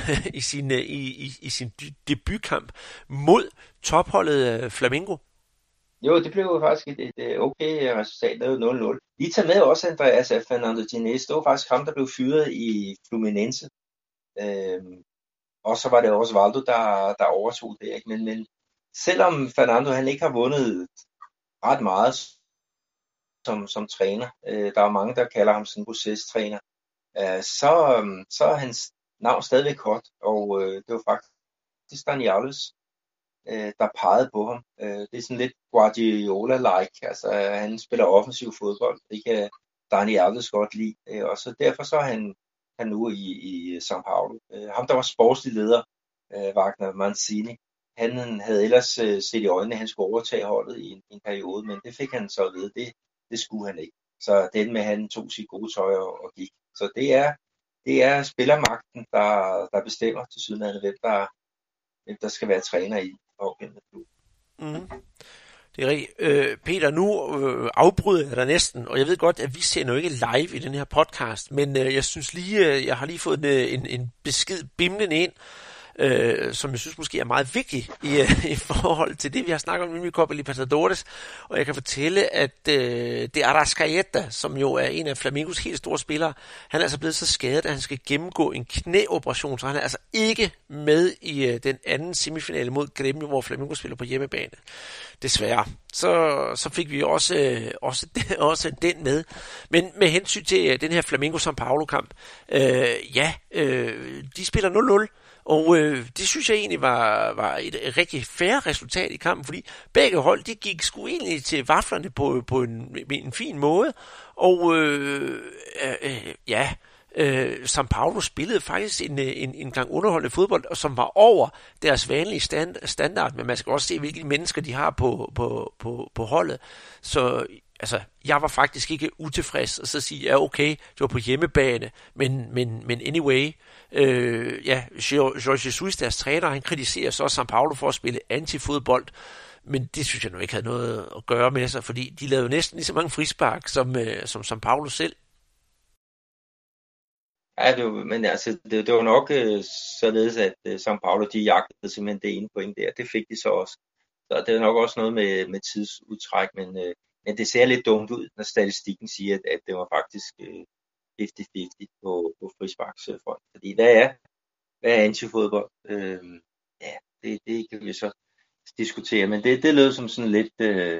i sin debutkamp mod topholdet Flamengo? Jo, det blev jo faktisk et okay resultat, det var 0-0. Vi tager med også Andreas Fernando Diniz, det var faktisk ham, der blev fyret i Fluminense. Og så var det også Valdo, der overtog det, ikke? Men selvom Fernando han ikke har vundet ret meget som træner, der er mange, der kalder ham sådan en procestræner, så er hans navn stadigvæk godt, og det var faktisk Dani Alves, der pegede på ham. Det er sådan lidt Guardiola-like, altså han spiller offensiv fodbold, det kan Dani Alves godt lide, og så derfor så er han nu i São Paulo. Ham, der var sportslig leder, Wagner Mancini, han havde ellers set i øjnene, at han skulle overtage holdet i en periode, men det fik han så at vide, det skulle han ikke. Så den med, han tog sit gode tøj og gik. Så det er spillermagten, der bestemmer til sydenlandet, hvem der skal være træner i pågældende klub. Mm. Det er rigtigt. Peter, nu afbryder jeg dig næsten, og jeg ved godt, at vi ser jo ikke live i den her podcast, men jeg synes lige, jeg har lige fået en besked bimlende ind, som jeg synes måske er meget vigtig i forhold til det, vi har snakket om, nemlig Copa Libertadores. Og jeg kan fortælle, at det er Arrascaeta, som jo er en af Flamengos helt store spillere, han er altså blevet så skadet, at han skal gennemgå en knæoperation, så han er altså ikke med i den anden semifinale mod Grêmio, hvor Flamengo spiller på hjemmebane. Desværre. Så fik vi også den med. Men med hensyn til den her Flamengo-São Paulo-kamp, de spiller 0-0, og det synes jeg egentlig var et rigtig fair resultat i kampen, fordi begge hold, de gik sgu egentlig til vaflerne på en fin måde, og São Paulo spillede faktisk en gang underholdende fodbold, som var over deres vanlige standard, men man skal også se, hvilke mennesker de har på holdet. Så altså, jeg var faktisk ikke utilfreds, og så sige, ja okay, det var på hjemmebane, men anyway, Jorge Jesus, deres træner, han kritiserer så São Paulo for at spille antifodbold, men det synes jeg nu ikke havde noget at gøre med sig, fordi de lavede næsten lige så mange frispark som São Paulo selv. Ja, men altså, det var nok således, at São Paulo, de jagtede simpelthen det ene point der. Det fik de så også. Så det er nok også noget med tidsudtræk, men det ser lidt dumt ud, når statistikken siger, at det var faktisk 50-50 på frisparksfront. Fordi hvad er antifodbold? Ja, det kan vi så diskutere, men det lød som sådan lidt,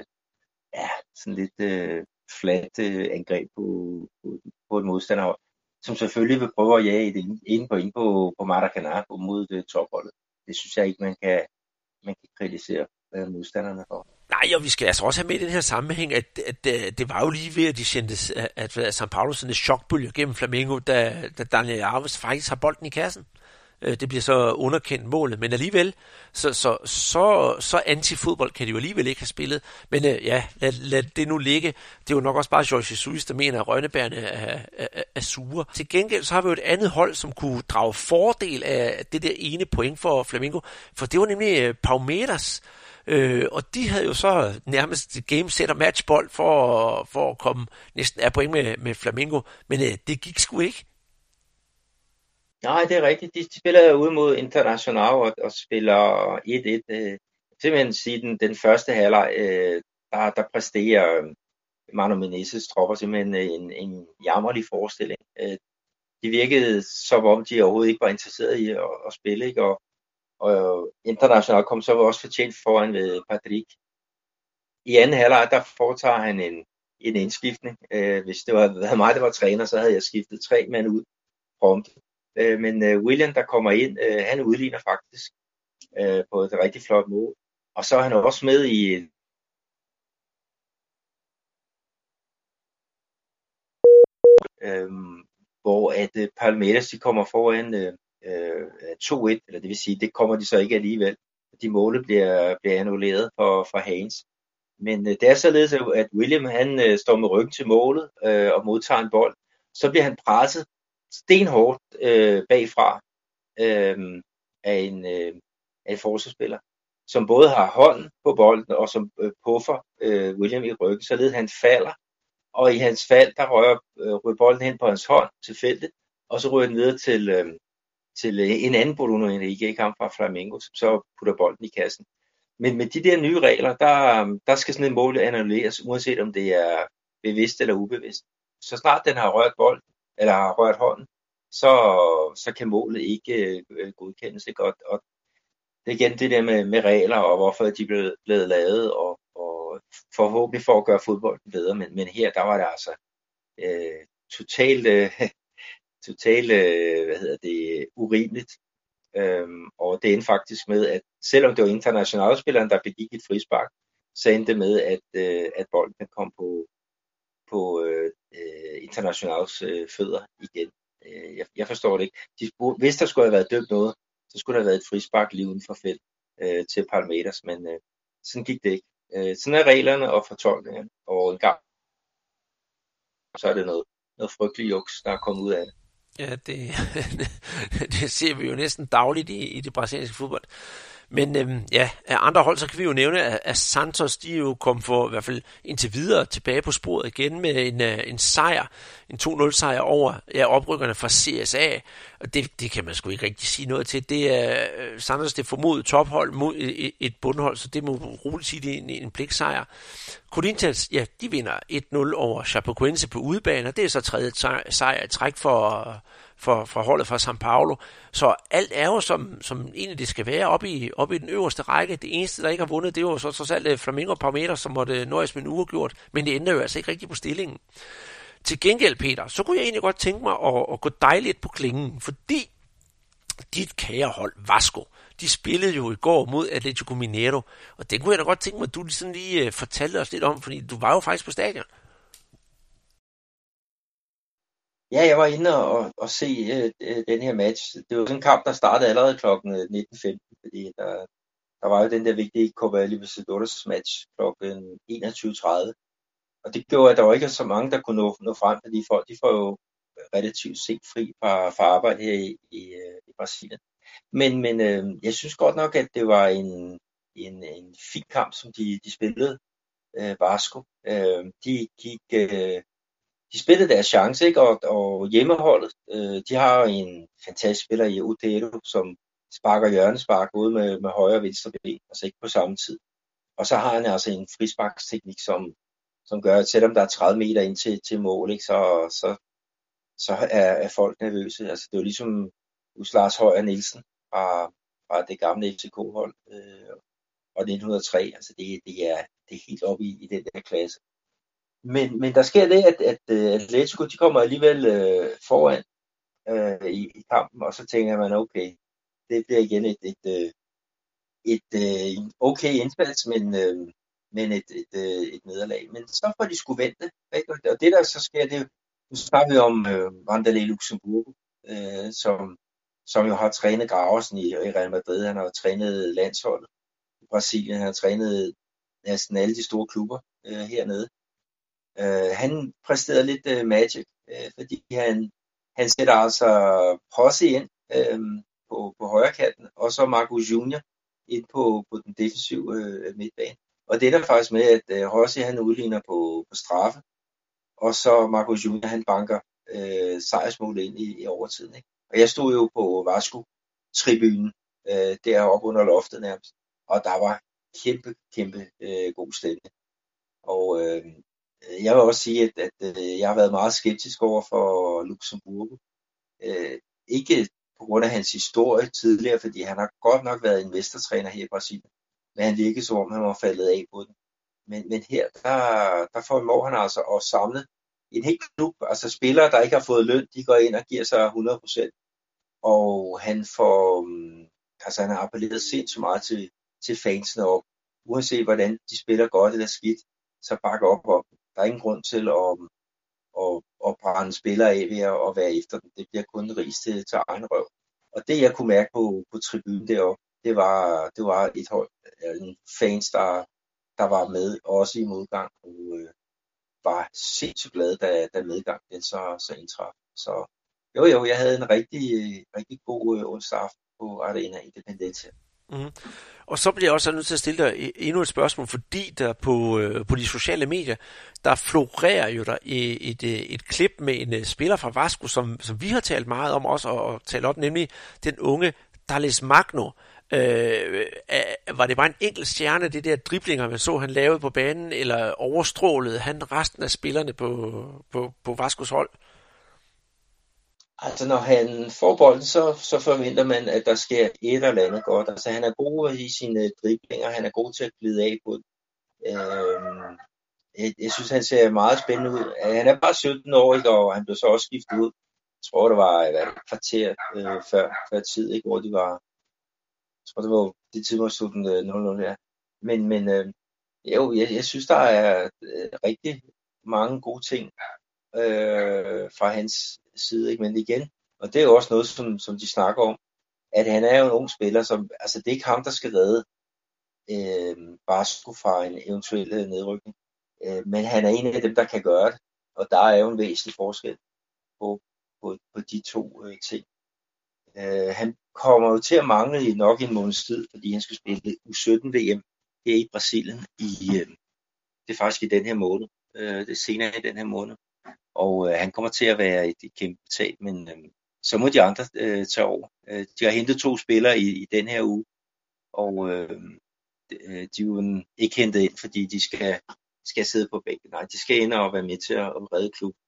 fladt angreb på et modstanderhold, som selvfølgelig vil prøve at jage et ene point på Maracanã mod topholdet. Det synes jeg ikke, man kan kritisere modstanderne for. Nej, og vi skal altså også have med i den her sammenhæng, at det var jo lige ved, at de sendte at São Paulo sådan en chokbølge gennem Flamengo, da Daniel Alves faktisk har bolden i kassen. Det bliver så underkendt målet, men alligevel, så anti-fodbold kan de jo alligevel ikke have spillet. Men lad det nu ligge. Det er jo nok også bare Jorge Jesus, der mener, at rønnebærene er sure. Til gengæld så har vi jo et andet hold, som kunne drage fordel af det der ene point for Flamengo, for det var nemlig Palmeiras. Og de havde jo så nærmest game set og matchbold for at komme næsten af point med Flamengo, men det gik sgu ikke. Nej, det er rigtigt. De spiller ude mod Internacional og spiller 1-1. Simpelthen sige, den første halvleg, der præsterer Mano Menezes tropper simpelthen en jammerlig forestilling. De virkede som om, de overhovedet ikke var interesseret i at spille, ikke? Og Internacional kom så også fortjent foran ved Patrick. I anden halvleg, der foretager han en indskiftning. Hvis det var mig, der var træner, så havde jeg skiftet 3 mand ud prompt. Men William, der kommer ind, han udligner faktisk på et rigtig flot mål. Og så er han også med i hvor at Palmeiras, de kommer foran 2-1, eller det vil sige, det kommer de så ikke alligevel. De måle bliver annulleret for Haynes. Men det er således, at William, han står med ryggen til målet og modtager en bold. Så bliver han presset stenhårdt bagfra af en forsvarsspiller, som både har hånden på bolden og som puffer William i ryggen, således han falder, og i hans fald, der rører bolden hen på hans hånd til feltet, og så rører den videre til en anden Bruno Henrique, ikke ham fra Flamengo, som så putter bolden i kassen. Men med de der nye regler, der skal sådan et mål annulleres, uanset om det er bevidst eller ubevidst. Så snart den har rørt bolden, eller har rørt hånden, så kan målet ikke godkendes. Ikke? Og det er igen det der med regler, og hvorfor de er blevet lavet, og forhåbentlig for at gøre fodbolden bedre. Men her, der var det altså totalt urimeligt. Og det endte faktisk med, at selvom det var internationalspilleren, der begik et frispark, så endte det med, at bolden kom på Internationals fødder igen. Jeg forstår det ikke. Hvis der skulle have været dømt noget, så skulle der have været et frispark lige uden for felt til Palmeiras, men sådan gik det ikke. Sådan er reglerne og fortolkningerne, og en gang så er det noget frygteligt juks, der er kommet ud af det. Ja, det ser vi jo næsten dagligt i det brasilianske fodbold. Men af andre hold, så kan vi jo nævne, at Santos, de jo kom for i hvert fald indtil videre tilbage på sporet igen med en sejr, en 2-0 sejr over oprykkerne fra CSA. Og det kan man sgu ikke rigtig sige noget til. Det er Santos, det formodet tophold mod et bundhold, så det må roligt sige, det er en pligtsejr. Corinthians, ja, de vinder 1-0 over Chapecoense på udebane, og det er så tredje sejr i træk for holdet fra São Paulo. Så alt er jo, som egentlig det skal være, oppe i den øverste række. Det eneste, der ikke har vundet, det var så trods alt Flamengo og Palmeiras, som måtte nøjes med en uafgjort, men det ændrer jo altså ikke rigtig på stillingen. Til gengæld, Peter, så kunne jeg egentlig godt tænke mig at gå dig lidt på klingen, fordi dit kære hold, Vasco, de spillede jo i går mod Atlético Mineiro, og det kunne jeg da godt tænke mig, at du sådan lige fortalte os lidt om, fordi du var jo faktisk på stadion. Ja, jeg var inde og se den her match. Det var sådan en kamp, der startede allerede kl. 19.15, fordi der var jo den der vigtige Copa Libertadores match kl. 21.30. Og det gjorde, at der var ikke så mange, der kunne nå frem, fordi folk de får jo relativt sent fri fra arbejde her i Brasilien. Men jeg synes godt nok, at det var en fin kamp, som de spillede, Vasco. De gik de spillede deres chance, ikke? Og hjemmeholdet, de har en fantastisk spiller i Otero, som sparker hjørnespark både med højre og venstre ben, altså ikke på samme tid. Og så har han altså en frisparksteknik, som gør, at selvom der er 30 meter ind til mål, ikke, så er folk nervøse. Altså det er jo ligesom Lars Højer Nielsen fra det gamle FCK-hold og 1903. Altså det er helt oppe i den der klasse. Men der sker det, at Atletico, de kommer alligevel foran i kampen, og så tænker man, okay, det bliver igen et okay indsats, men et nederlag. Men så får de sgu vente, ikke? Og det der så sker, det nu snakker vi om Vanderlei Luxemburgo, som jo har trænet Graversen i Real Madrid. Han har trænet landsholdet i Brasilien, han har trænet næsten alle de store klubber hernede. Han præsterede lidt magic, fordi han sætter altså Rossi ind på højre kanten, og så Marcos Junior ind på den defensive midtbane. Og det er der faktisk med, at Rossi han udligner på straffe, og så Marcos Junior han banker sejrsmål ind i overtiden. Ikke? Og jeg stod jo på Vasco-tribunen deroppe under loftet nærmest, og der var kæmpe god stemning. Og jeg vil også sige, at jeg har været meget skeptisk over for Luxemburgo. Ikke på grund af hans historie tidligere, fordi han har godt nok været en mestertræner her i Brasilien, men han virkede som om han var faldet af på den. Men her, der formår han altså at samle en helt klub, altså spillere, der ikke har fået løn, de går ind og giver sig 100%. Og han han har appelleret sindssygt meget til fansene, og uanset hvordan de spiller godt eller skidt, så bakker op om. Der er ingen grund til at brænde spillere af ved at være efter dem. Det bliver kun ris til egen røv. Og det jeg kunne mærke på tribunen deroppe, det var et hold, en fans, der var med, også i modgang, og var sindssygt glade, da medgang den så indtraf. Så jo, jeg havde en rigtig god onsdag aften på Arena Independencia. Mm. Og så bliver jeg også nødt til at stille dig endnu et spørgsmål, fordi der på de sociale medier, der florerer jo der et klip med en spiller fra Vasco, som vi har talt meget om også, og talt op, nemlig den unge Thales Magno. Var det bare en enkelt stjerne, det der driblinger, man så, han lavede på banen, eller overstrålede han resten af spillerne på Vascos hold? Altså når han får bolden, så forventer man, at der sker et eller andet godt. Altså han er god i sine driblinger, han er god til at glide af på den. Jeg synes, han ser meget spændende ud. Han er bare 17 år, ikke? Og han blev så også skiftet ud. Jeg tror, det var et kvarter før tid, ikke? Hvor de var. Jeg tror, det var det tidspunkt, stod den 0-0 her. Men jeg synes, der er rigtig mange gode ting fra hans side, ikke? Men igen, og det er jo også noget, som de snakker om, at han er jo en ung spiller, som, altså det er ikke ham, der skal redde Vasco fra en eventuel nedrykning, men han er en af dem, der kan gøre det, og der er jo en væsentlig forskel på de to ting. Han kommer jo til at mangle i nok en måneds tid, fordi han skal spille U17-VM her i Brasilien det er faktisk i den her måned, det er senere i den her måned. Og han kommer til at være et kæmpe tab, men så må de andre tage over. De har hentet 2 spillere i den her uge, og de er jo ikke hentet ind, fordi de skal sidde på bænken. Nej, de skal ind og være med til at redde klubben.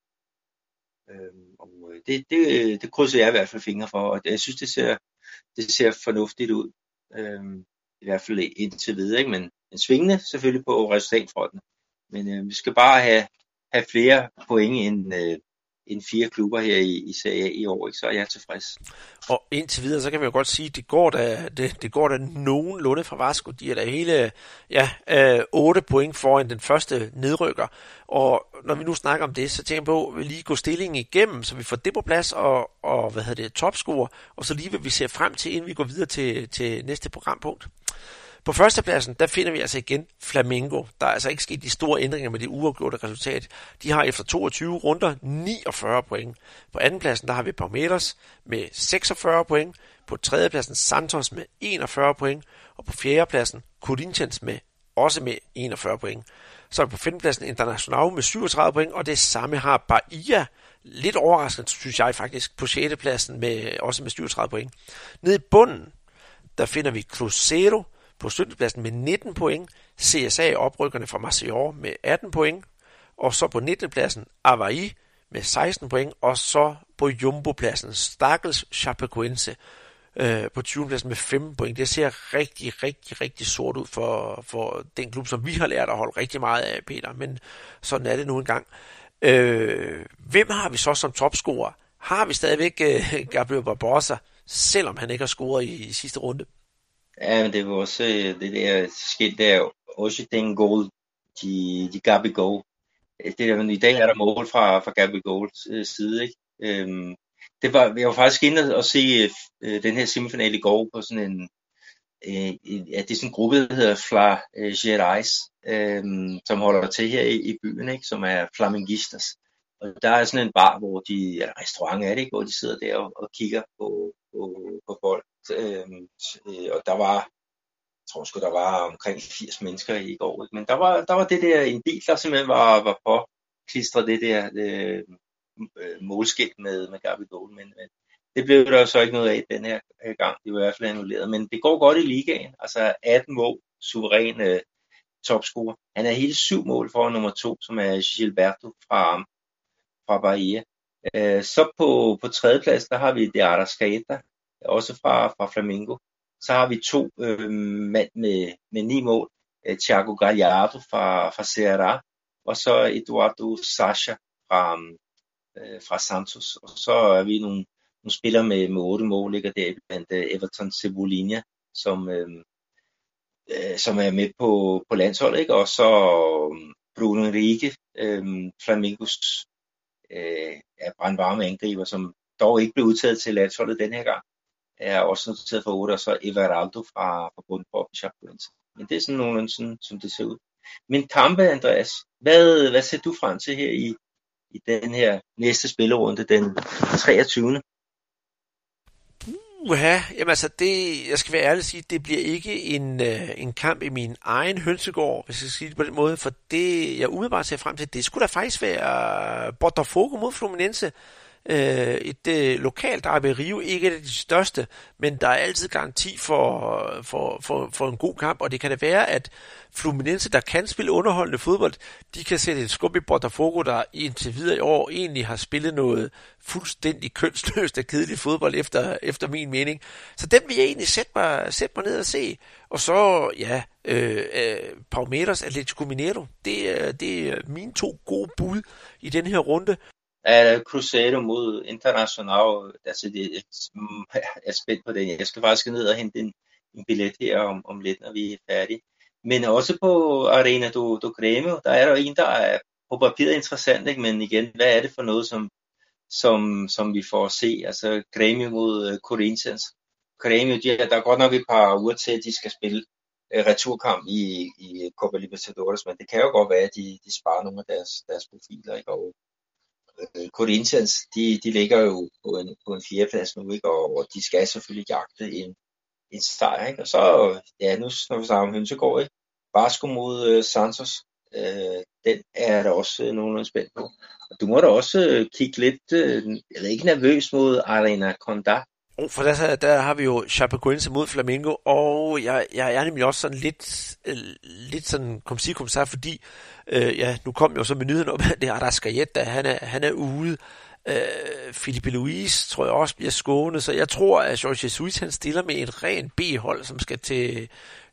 Og det krydser jeg i hvert fald fingre for, og jeg synes, det ser fornuftigt ud. I hvert fald indtil videre, ikke? Men svingende selvfølgelig på resultatfronten. Men vi skal bare have flere point end 4 klubber her i Serie A i år, ikke? Så er jeg tilfreds. Og indtil videre, så kan vi jo godt sige, at det går da nogenlunde fra Vasco. De er da hele 8 point foran den første nedrykker. Og når vi nu snakker om det, så tænker jeg på, at vi lige går stillingen igennem, så vi får det på plads og topscorer, og så lige hvad vi ser frem til, inden vi går videre til næste programpunkt. På førstepladsen, der finder vi altså igen Flamengo. Der er altså ikke sket de store ændringer med det uafgjorte resultat. De har efter 22 runder 49 point. På andenpladsen, der har vi Palmeiras med 46 point. På tredjepladsen Santos med 41 point. Og på fjerdepladsen Corinthians med også med 41 point. Så er vi på 5. pladsen Internacional med 37 point, og det samme har Bahia, lidt overraskende, synes jeg faktisk, på 6. pladsen også med 37 point. Nede i bunden, der finder vi Cruzeiro på 17. pladsen med 19 point, CSA oprykkerne fra Maceió med 18 point, og så på 19. pladsen Avaí med 16 point, og så på Jumbo-pladsen Stakkels Chapecoense på 20. pladsen med 15 point. Det ser rigtig, rigtig, rigtig sort ud for den klub, som vi har lært at holde rigtig meget af, Peter, men sådan er det nu engang. Hvem har vi så som topscorer? Har vi stadigvæk Gabriel Barbosa, selvom han ikke har scoret i sidste runde? Ja, men det var også det der skilt der, også den goal, de Gabigol. Det der, i dag er der mål fra Gabigols side, ikke? Jeg var faktisk inde og se den her semifinale i går på sådan en, det er sådan en gruppe, der hedder Fla Gerais, som holder til her i byen, ikke? Som er Flamenguistas. Og der er sådan en bar, restaurant er det, ikke? Hvor de sidder der og kigger på folk. Og der var, jeg tror sgu, der var omkring 80 mennesker i går. Ikke? Men der var det der, en bil, der simpelthen var på klistret det der målskilt med Gabigol. Men det blev der så ikke noget af den her gang. Det var i hvert fald annulleret. Men det går godt i ligaen. Altså 18 mål, suveræn topscorer. Han er hele 7 mål for nummer 2, som er Gilberto fra Bahia. Så på 3. plads, der har vi De Arrascaeta, også fra Flamengo. Så har vi 2 mand med 9 mål. Thiago Gallardo fra Ceará, og så Eduardo Sacha fra Santos. Og så er vi nogle spillere med 8 mål, ligger der blandt Everton Cebolinha, som er med på landsholdet, ikke? Og så Bruno Henrique, Flamengos brandvarme angriber, som dog ikke blev udtaget til landsholdet den her gang, er også noteret for 8, og så Everaldo fra Bundborg i Chapecoense. Men det er sådan nogenlunde sådan, som det ser ud. Men kampe, Andreas, hvad ser du frem til her i den her næste spillerunde, den 23. Jamen altså, jeg skal være ærlig at sige, det bliver ikke en kamp i min egen hønsegård, hvis jeg skal sige det på den måde, for det, jeg umiddelbart ser frem til, det skulle da faktisk være Botafogo mod Fluminense. Et lokalt derby i Rio, ikke et af de største, men der er altid garanti for en god kamp, og det kan da være, at Fluminense, der kan spille underholdende fodbold, de kan sætte et skub i Botafogo, der indtil videre i år egentlig har spillet noget fuldstændig kønsløst og kedeligt fodbold efter min mening. Så dem vil jeg egentlig sætte mig ned og se. Og så, Palmeiras Atlético Mineiro, det er mine 2 gode bud i den her runde. Cruzeiro mod Internacional, altså jeg er spændt på den. Jeg skal faktisk ned og hente en billet her om lidt, når vi er færdige. Men også på Arena do Grêmio, der er der en, der er på papiret interessant, ikke? Men igen, hvad er det for noget, som vi får at se? Altså Grêmio mod Corinthians. Grêmio, der er godt nok et par uger til, at de skal spille returkamp i Copa Libertadores, men det kan jo godt være, at de sparer nogle af deres profiler, ikke? Og Corinthians, de ligger jo på en 4. plads nu, ikke? Og de skal selvfølgelig jagte en sejr, ikke? Og så, nu når vi snakker om hønsegård, ikke? Vasco mod Santos, den er der også nogenlunde spændt på. Og du må da også kigge lidt, jeg er ikke nervøs mod Arena Condá. For der har vi jo Chapecoense mod Flamengo, og jeg er nemlig også sådan lidt sådan kom så, fordi nu kom jeg jo så med nyheden om, at det er Arrascaeta, han er ude. Felipe Luis tror jeg også bliver skånet, så jeg tror, at Jorge Jesus han stiller med et rent B-hold, som skal til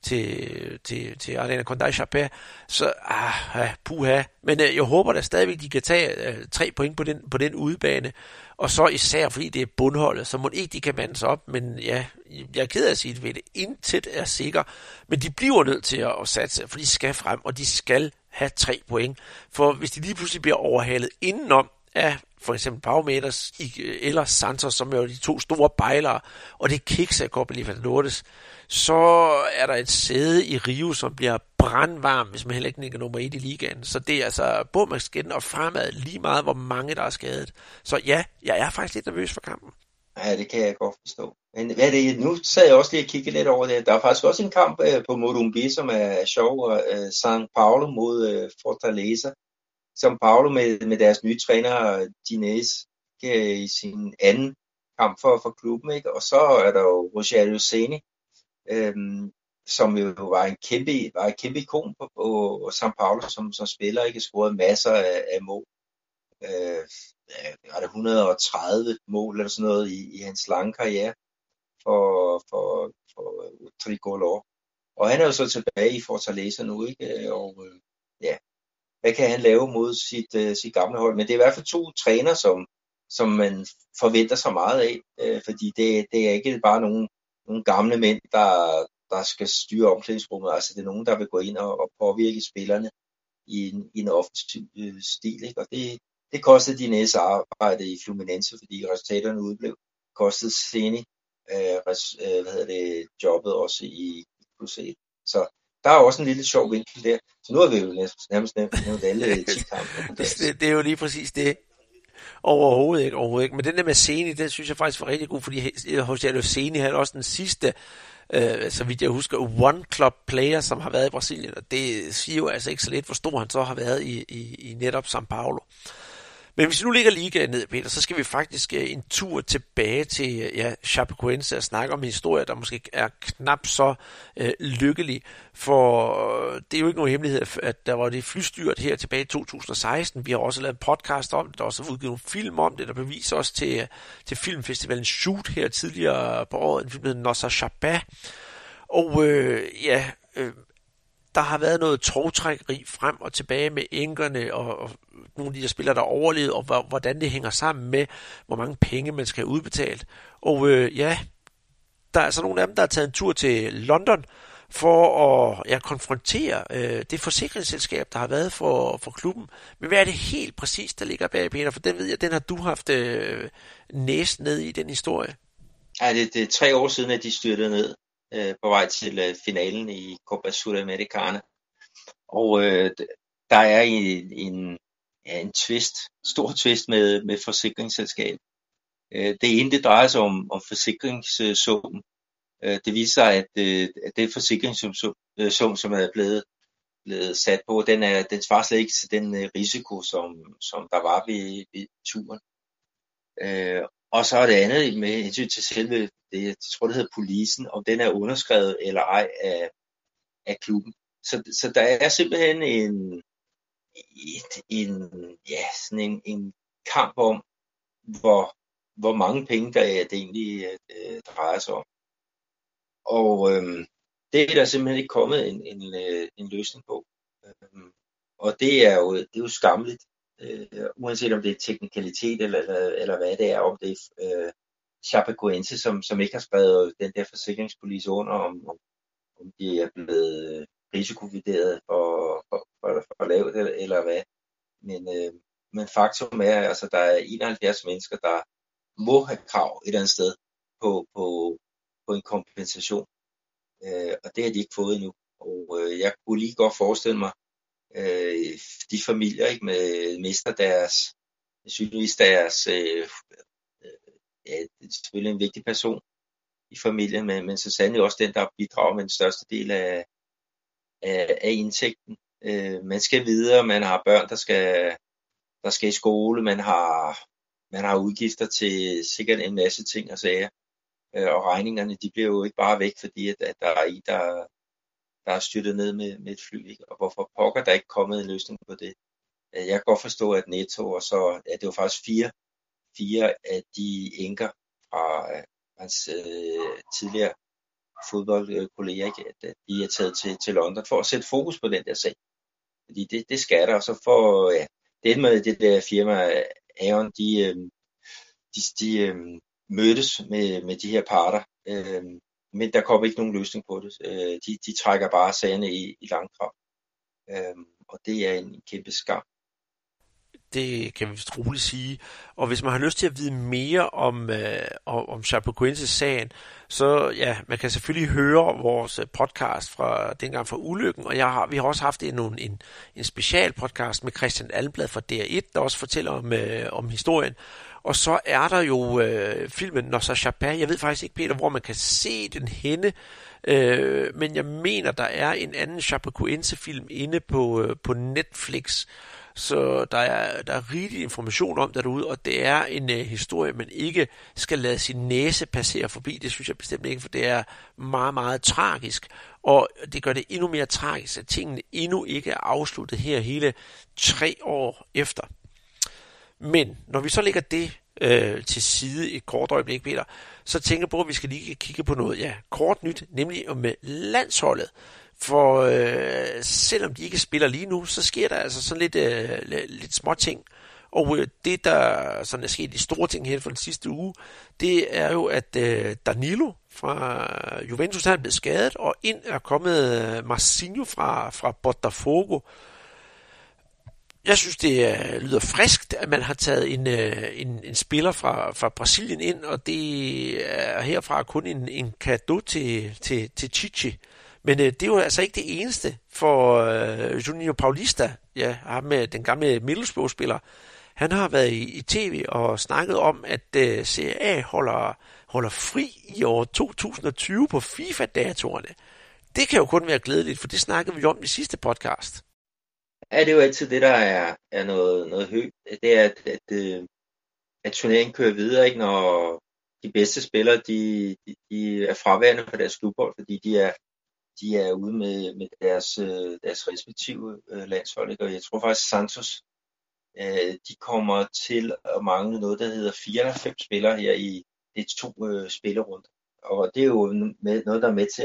Arena Condá Chapéu. Så puha. Men jeg håber da stadigvæk, de kan tage 3 point på den udebane. Og så især fordi det er bundholdet, så må ikke de kan mande sig op. Men ja, jeg er ked af at sige det, intet er sikker. Men de bliver nødt til at satse, for de skal frem, og de skal have 3 point. For hvis de lige pludselig bliver overhalet indenom af for eksempel Palmeiras eller Santos, som er jo de 2 store bejlere, og det kiks af Copa Libertadores, så er der et sæde i Rio, som bliver brandvarm, hvis man heller ikke ligger nummer 1 i ligaen. Så det er altså bummerskætten og fremad lige meget, hvor mange der er skadet. Så ja, jeg er faktisk lidt nervøs for kampen. Ja, det kan jeg godt forstå. Men hvad er det? Nu sad jeg også lige og kiggede lidt over det. Der er faktisk også en kamp på Morumbi, som er sjov. São Paulo mod Fortaleza. São Paulo med deres nye træner, Diniz, i sin anden kamp for klubben. Ikke? Og så er der jo Rogério Ceni, som jo var et kæmpe ikon på São Paulo, som spiller, ikke scoret masser af mål. Var det 130 mål eller sådan noget i hans lange karriere for Tricolor. Og han er jo så tilbage i Fortaleza nu, ikke? Og hvad kan han lave mod sit gamle hold? Men det er i hvert fald 2 træner, som man forventer så meget af, fordi det er ikke bare nogle gamle mænd, der skal styre omklædningsrummet. Altså det er nogen, der vil gå ind og påvirke spillerne i en offensiv stil, ikke? Og det kostede Diniz arbejde i Fluminense, fordi resultaterne udeblev. Kostede Ceni jobbet også i Cruzeiro. Så der er også en lille sjov vinkel der. Så nu har vi jo nærmest nævnt alle 10 kampe. Det er jo lige præcis det. Overhovedet ikke. Men den der med Ceni, den synes jeg faktisk var rigtig god, fordi Rogério Ceni havde også den sidste, så vidt jeg husker, one club player, som har været i Brasilien, og det siger jo altså ikke så lidt, hvor stor han så har været i netop São Paulo. Men hvis vi nu ligger ligaen ned, Peter, så skal vi faktisk en tur tilbage til Chapecoense og snakke om en historie, der måske er knap så lykkelig. For det er jo ikke nogen hemmelighed, at der var det flystyrt her tilbage i 2016. Vi har også lavet en podcast om det, der også har udgivet nogle film om det, der beviser også til filmfestivalen Shoot her tidligere på året, en film, der hedder Nossa Chapéu. Og der har været noget togtrækkeri frem og tilbage med enkerne og nogle af de der spillere, der overlevede, og hvordan det hænger sammen med, hvor mange penge man skal have udbetalt. Og der er altså nogle af dem, der har taget en tur til London for at konfrontere det forsikringsselskab, der har været for klubben. Men hvad er det helt præcis, der ligger bag, Peter? For den ved jeg, den har du haft næsen ned i, den historie. Ja, det er 3 år siden, at de styrtede ned på vej til finalen i Copa Sudamericana. Og der er en stor twist med forsikringsselskab. Det ene, det drejer sig om forsikringssummen. Det viser sig, at det forsikringssum, som er blevet sat på, den svarer slet ikke til den risiko, som der var ved turen. Og så er det andet med hensyn til selve, det, jeg tror det hedder policen, om den er underskrevet eller ej af klubben. Så der er simpelthen en kamp om, hvor mange penge det egentlig drejer sig om. Og det er der simpelthen ikke kommet en løsning på. Og det er jo skamligt. Uanset om det er teknikalitet eller hvad det er, om det er Chapecoense, som ikke har skrevet den der forsikringspolice under, om de er blevet risikovurderet for lavt eller hvad. Men faktum er, altså der er 71 mennesker, der må have krav et eller andet sted på en kompensation. Og det har de ikke fået endnu. Og jeg kunne lige godt forestille mig, de familier ikke mister selvfølgelig en vigtig person i familien, men så sandelig også den, der bidrager med den største del af indtægten. Man skal videre, man har børn, der skal i skole, man har udgifter til sikkert en masse ting og sager, og regningerne, de bliver jo ikke bare væk, fordi at der er en, der er styrtet ned med et fly, ikke? Og hvorfor pokker der ikke kommet en løsning på det? Jeg kan godt forstå, at Netto, og så det var faktisk fire af de enker fra hans tidligere fodboldkolleger, at de er taget til London for at sætte fokus på den der sag. Fordi det skal der, og så for det med det der firma Aon, de mødtes med de her parter, men der kommer ikke nogen løsning på det. De trækker bare sagerne i langdrag, og det er en kæmpe skam. Det kan vi vist roligt sige. Og hvis man har lyst til at vide mere om Chapecoense-sagen, så man kan selvfølgelig høre vores podcast fra dengang fra ulykken, og vi har også haft en special podcast med Christian Almblad fra DR1, der også fortæller om historien. Og så er der jo filmen Nossa Chapa. Jeg ved faktisk ikke, Peter, hvor man kan se den henne. Men jeg mener, der er en anden Chapecoense-film inde på Netflix. Så der er rigtig information om derude, og det er en historie, man ikke skal lade sin næse passere forbi. Det synes jeg bestemt ikke, for det er meget, meget tragisk. Og det gør det endnu mere tragisk, at tingene endnu ikke er afsluttet her hele 3 år efter. Men når vi så lægger det til side et kort øjeblik, Peter, så tænker jeg på, at vi skal lige kigge på noget kort nyt, nemlig om landsholdet. For selvom de ikke spiller lige nu, så sker der altså sådan lidt små ting. Og det, der sådan er sket de store ting her for den sidste uge, det er jo, at Danilo fra Juventus er blevet skadet, og ind er kommet Marcinho fra Botafogo. Jeg synes, det lyder friskt, at man har taget en spiller fra Brasilien ind, og det er herfra kun en cadeau til Chichi. Men det er jo altså ikke det eneste, for Juninho Paulista, ham med den gamle Middlesbrough-spiller, han har været i tv og snakket om, at Serie A holder fri i år 2020 på FIFA-datorerne. Det kan jo kun være glædeligt, for det snakkede vi om i sidste podcast. Ja, det er jo altid det, der er noget højt. Det er, at turneringen kører videre, ikke, når de bedste spillere de er fraværende på deres klubhold, fordi de er ude med deres respektive landshold. Ikke? Og jeg tror faktisk, Santos de kommer til at mangle noget, der hedder 94 spillere her i de 2 spillerunder. Og det er jo noget, der er med til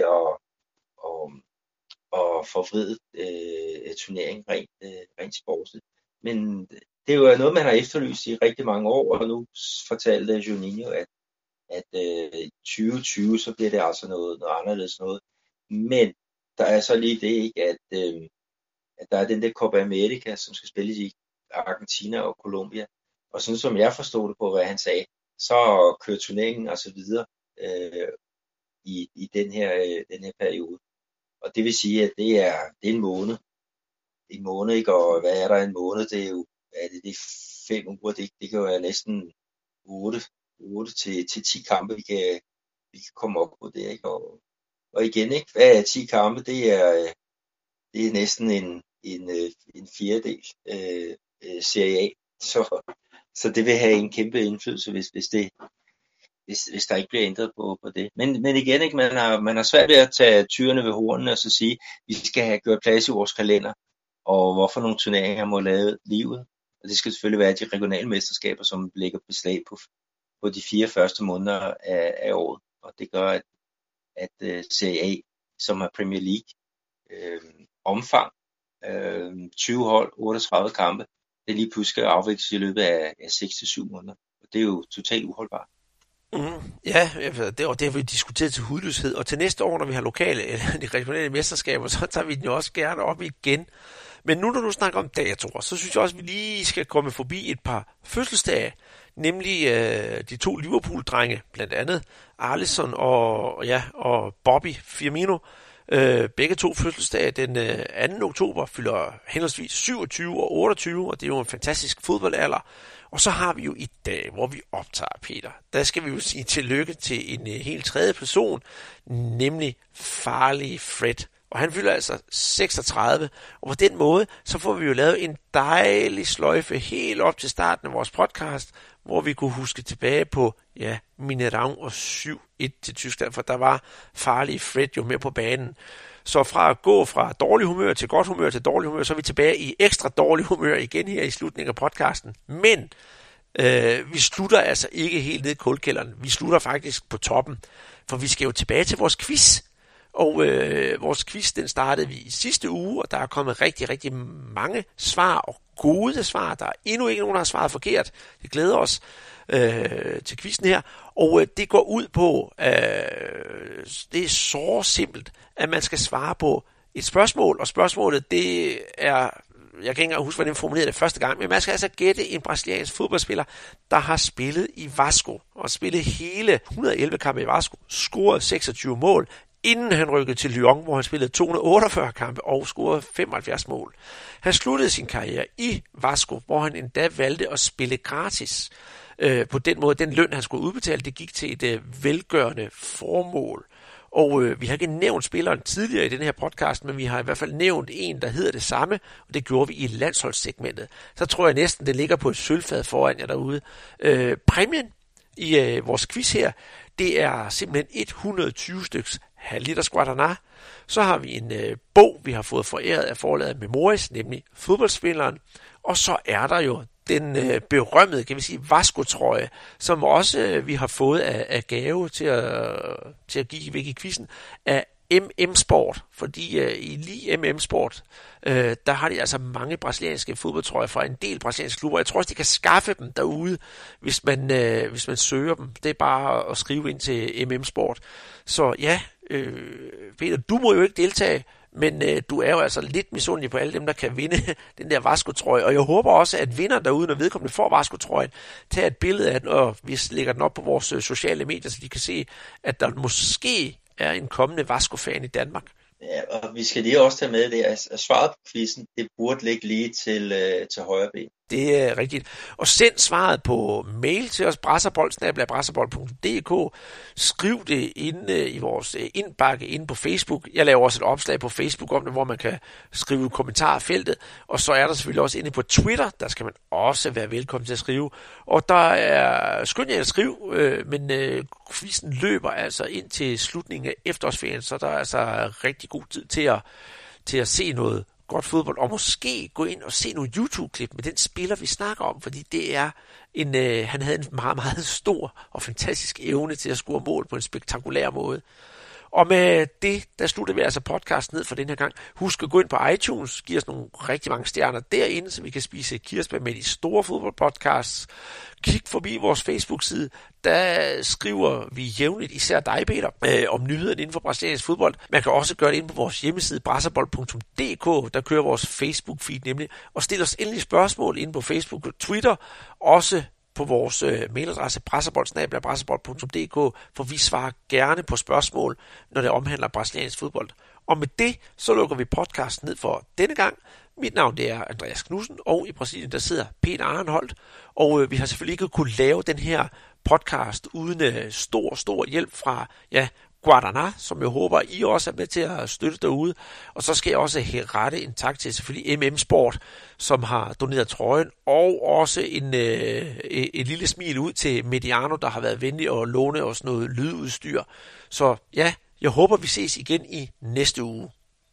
at forvride turneringen rent sportsligt. Men det er jo noget, man har efterlyst i rigtig mange år, og nu fortalte Juninho, at 2020, så bliver det altså noget anderledes noget. Men der er så lige det, ikke, at der er den der Copa America, som skal spilles i Argentina og Colombia. Og sådan som jeg forstod det på, hvad han sagde, så kører turneringen altså videre i den her periode. Og det vil sige, at det er en måned. En måned, ikke? Og hvad er der en måned? Det er jo, det er 5 uger. Det kan jo være næsten 8 til 10 kampe, vi kan komme op på det, ikke? Og igen, ikke? Hvad er 10 kampe? Det er næsten en fjerdedel Serie A. Så det vil have en kæmpe indflydelse, hvis der ikke bliver ændret på det. Men igen, ikke, man har svært ved at tage tyrene ved hornene og så sige, vi skal have gjort plads i vores kalender, og hvorfor nogle turneringer må lave livet. Og det skal selvfølgelig være de regionale mesterskaber, som lægger beslag på de 4 første måneder af året. Og det gør, at Serie A, som er Premier League, omfang, 20 hold, 38 kampe, det lige pludselig skal afvikles i løbet af 6-7 måneder. Og det er jo totalt uholdbart. Ja, det har vi diskuteret til hudløshed, og til næste år, når vi har lokale eller de regionale mesterskaber, så tager vi den jo også gerne op igen. Men nu når du snakker om datoer, så synes jeg også, at vi lige skal komme forbi et par fødselsdage, nemlig de 2 Liverpool-drenge, blandt andet Alisson og Bobby Firmino. Begge 2 fødselsdage den 2. oktober fylder henholdsvis 27 og 28, og det er jo en fantastisk fodboldalder. Og så har vi jo i dag, hvor vi optager, Peter, der skal vi jo sige tillykke til en helt tredje person, nemlig Farley Fred. Og han fylder altså 36, og på den måde, så får vi jo lavet en dejlig sløjfe helt op til starten af vores podcast, hvor vi kunne huske tilbage på, Minerang og 7-1 til Tyskland, for der var Farley Fred jo med på banen. Så fra at gå fra dårlig humør til godt humør til dårlig humør, så er vi tilbage i ekstra dårlig humør igen her i slutningen af podcasten. Men vi slutter altså ikke helt ned i kulkælderen. Vi slutter faktisk på toppen, for vi skal jo tilbage til vores quiz. Og vores quiz, den startede vi i sidste uge, og der er kommet rigtig, rigtig mange svar, og gode svar. Der er endnu ikke nogen, der har svaret forkert. Det glæder os til quizzen her. Og det går ud på, det er så simpelt, at man skal svare på et spørgsmål, og spørgsmålet, det er, jeg kan ikke engang huske, hvordan jeg formulerede det første gang, men man skal altså gætte en brasiliansk fodboldspiller, der har spillet i Vasco, og spillet hele 111 kampe i Vasco, scoret 26 mål, inden han rykkede til Lyon, hvor han spillede 248 kampe og scorede 75 mål. Han sluttede sin karriere i Vasco, hvor han endda valgte at spille gratis. på den måde, den løn, han skulle udbetale, det gik til et velgørende formål. Og vi har ikke nævnt spilleren tidligere i den her podcast, men vi har i hvert fald nævnt en, der hedder det samme, og det gjorde vi i landsholdssegmentet. Så tror jeg næsten, det ligger på et sølvfad foran jer derude. Præmien i vores quiz her, det er simpelthen 120 styks halvliters Guaraná. Så har vi en bog, vi har fået foræret af forlaget Memoris, nemlig Fodboldspilleren. Og så er der jo den berømmede, kan vi sige, Vasco-trøje, som også vi har fået af gave til at give væk i quizzen af MM Sport, fordi i lige MM Sport, der har de altså mange brasilianske fodboldtrøjer fra en del brasilianske klubber. Jeg tror også, de kan skaffe dem derude, hvis man søger dem. Det er bare at skrive ind til MM Sport. Så ja, Peter, du må jo ikke deltage, men du er jo altså lidt misundelig på alle dem, der kan vinde den der Vasco-trøje. Og jeg håber også, at vinderen derude, når vedkommende får Vasco-trøjen, tager et billede af den, og vi lægger den op på vores sociale medier, så de kan se, at der måske er en kommende Vasco-fan i Danmark. Ja, og vi skal lige også tage med det, at svaret på quizzen, det burde ligge lige til højre ben. Det er rigtigt. Og send svaret på mail til os, brasserbold@brasserbold.dk. Skriv det inde i vores indbakke inde på Facebook. Jeg laver også et opslag på Facebook om det, hvor man kan skrive kommentarfeltet. Og så er der selvfølgelig også inde på Twitter, der skal man også være velkommen til at skrive. Og der er skønt at skrive, men quizzen løber altså ind til slutningen af efterårsferien, så der er altså rigtig god tid til at se noget godt fodbold, og måske gå ind og se nogle YouTube-klip med den spiller, vi snakker om, fordi det er han havde en meget, meget stor og fantastisk evne til at score mål på en spektakulær måde. Og med det, der slutter vi altså podcasten ned for den her gang. Husk at gå ind på iTunes, give os nogle rigtig mange stjerner derinde, så vi kan spise kirsebær med de store fodboldpodcasts. Kig forbi vores Facebook-side, der skriver vi jævnligt, især dig, Peter, om nyhederne inden for brasiliansk fodbold. Man kan også gøre det inde på vores hjemmeside, brasserbold.dk, der kører vores Facebook-feed nemlig. Og stil os endelig spørgsmål inde på Facebook og Twitter, også på vores mailadresse brasserbold@brasserbold.dk, for vi svarer gerne på spørgsmål, når det omhandler brasiliansk fodbold. Og med det, så lukker vi podcasten ned for denne gang. Mit navn det er Andreas Knudsen, og i Brasilien der sidder Peter Arnholdt. Og vi har selvfølgelig ikke kunnet lave den her podcast uden stor hjælp fra Guaraná, som jeg håber, I også er med til at støtte derude. Og så skal jeg også rette en tak til selvfølgelig MM Sport, som har doneret trøjen, og også et lille smil ud til Mediano, der har været venlig at låne os noget lydudstyr. Så ja, jeg håber, vi ses igen i næste uge.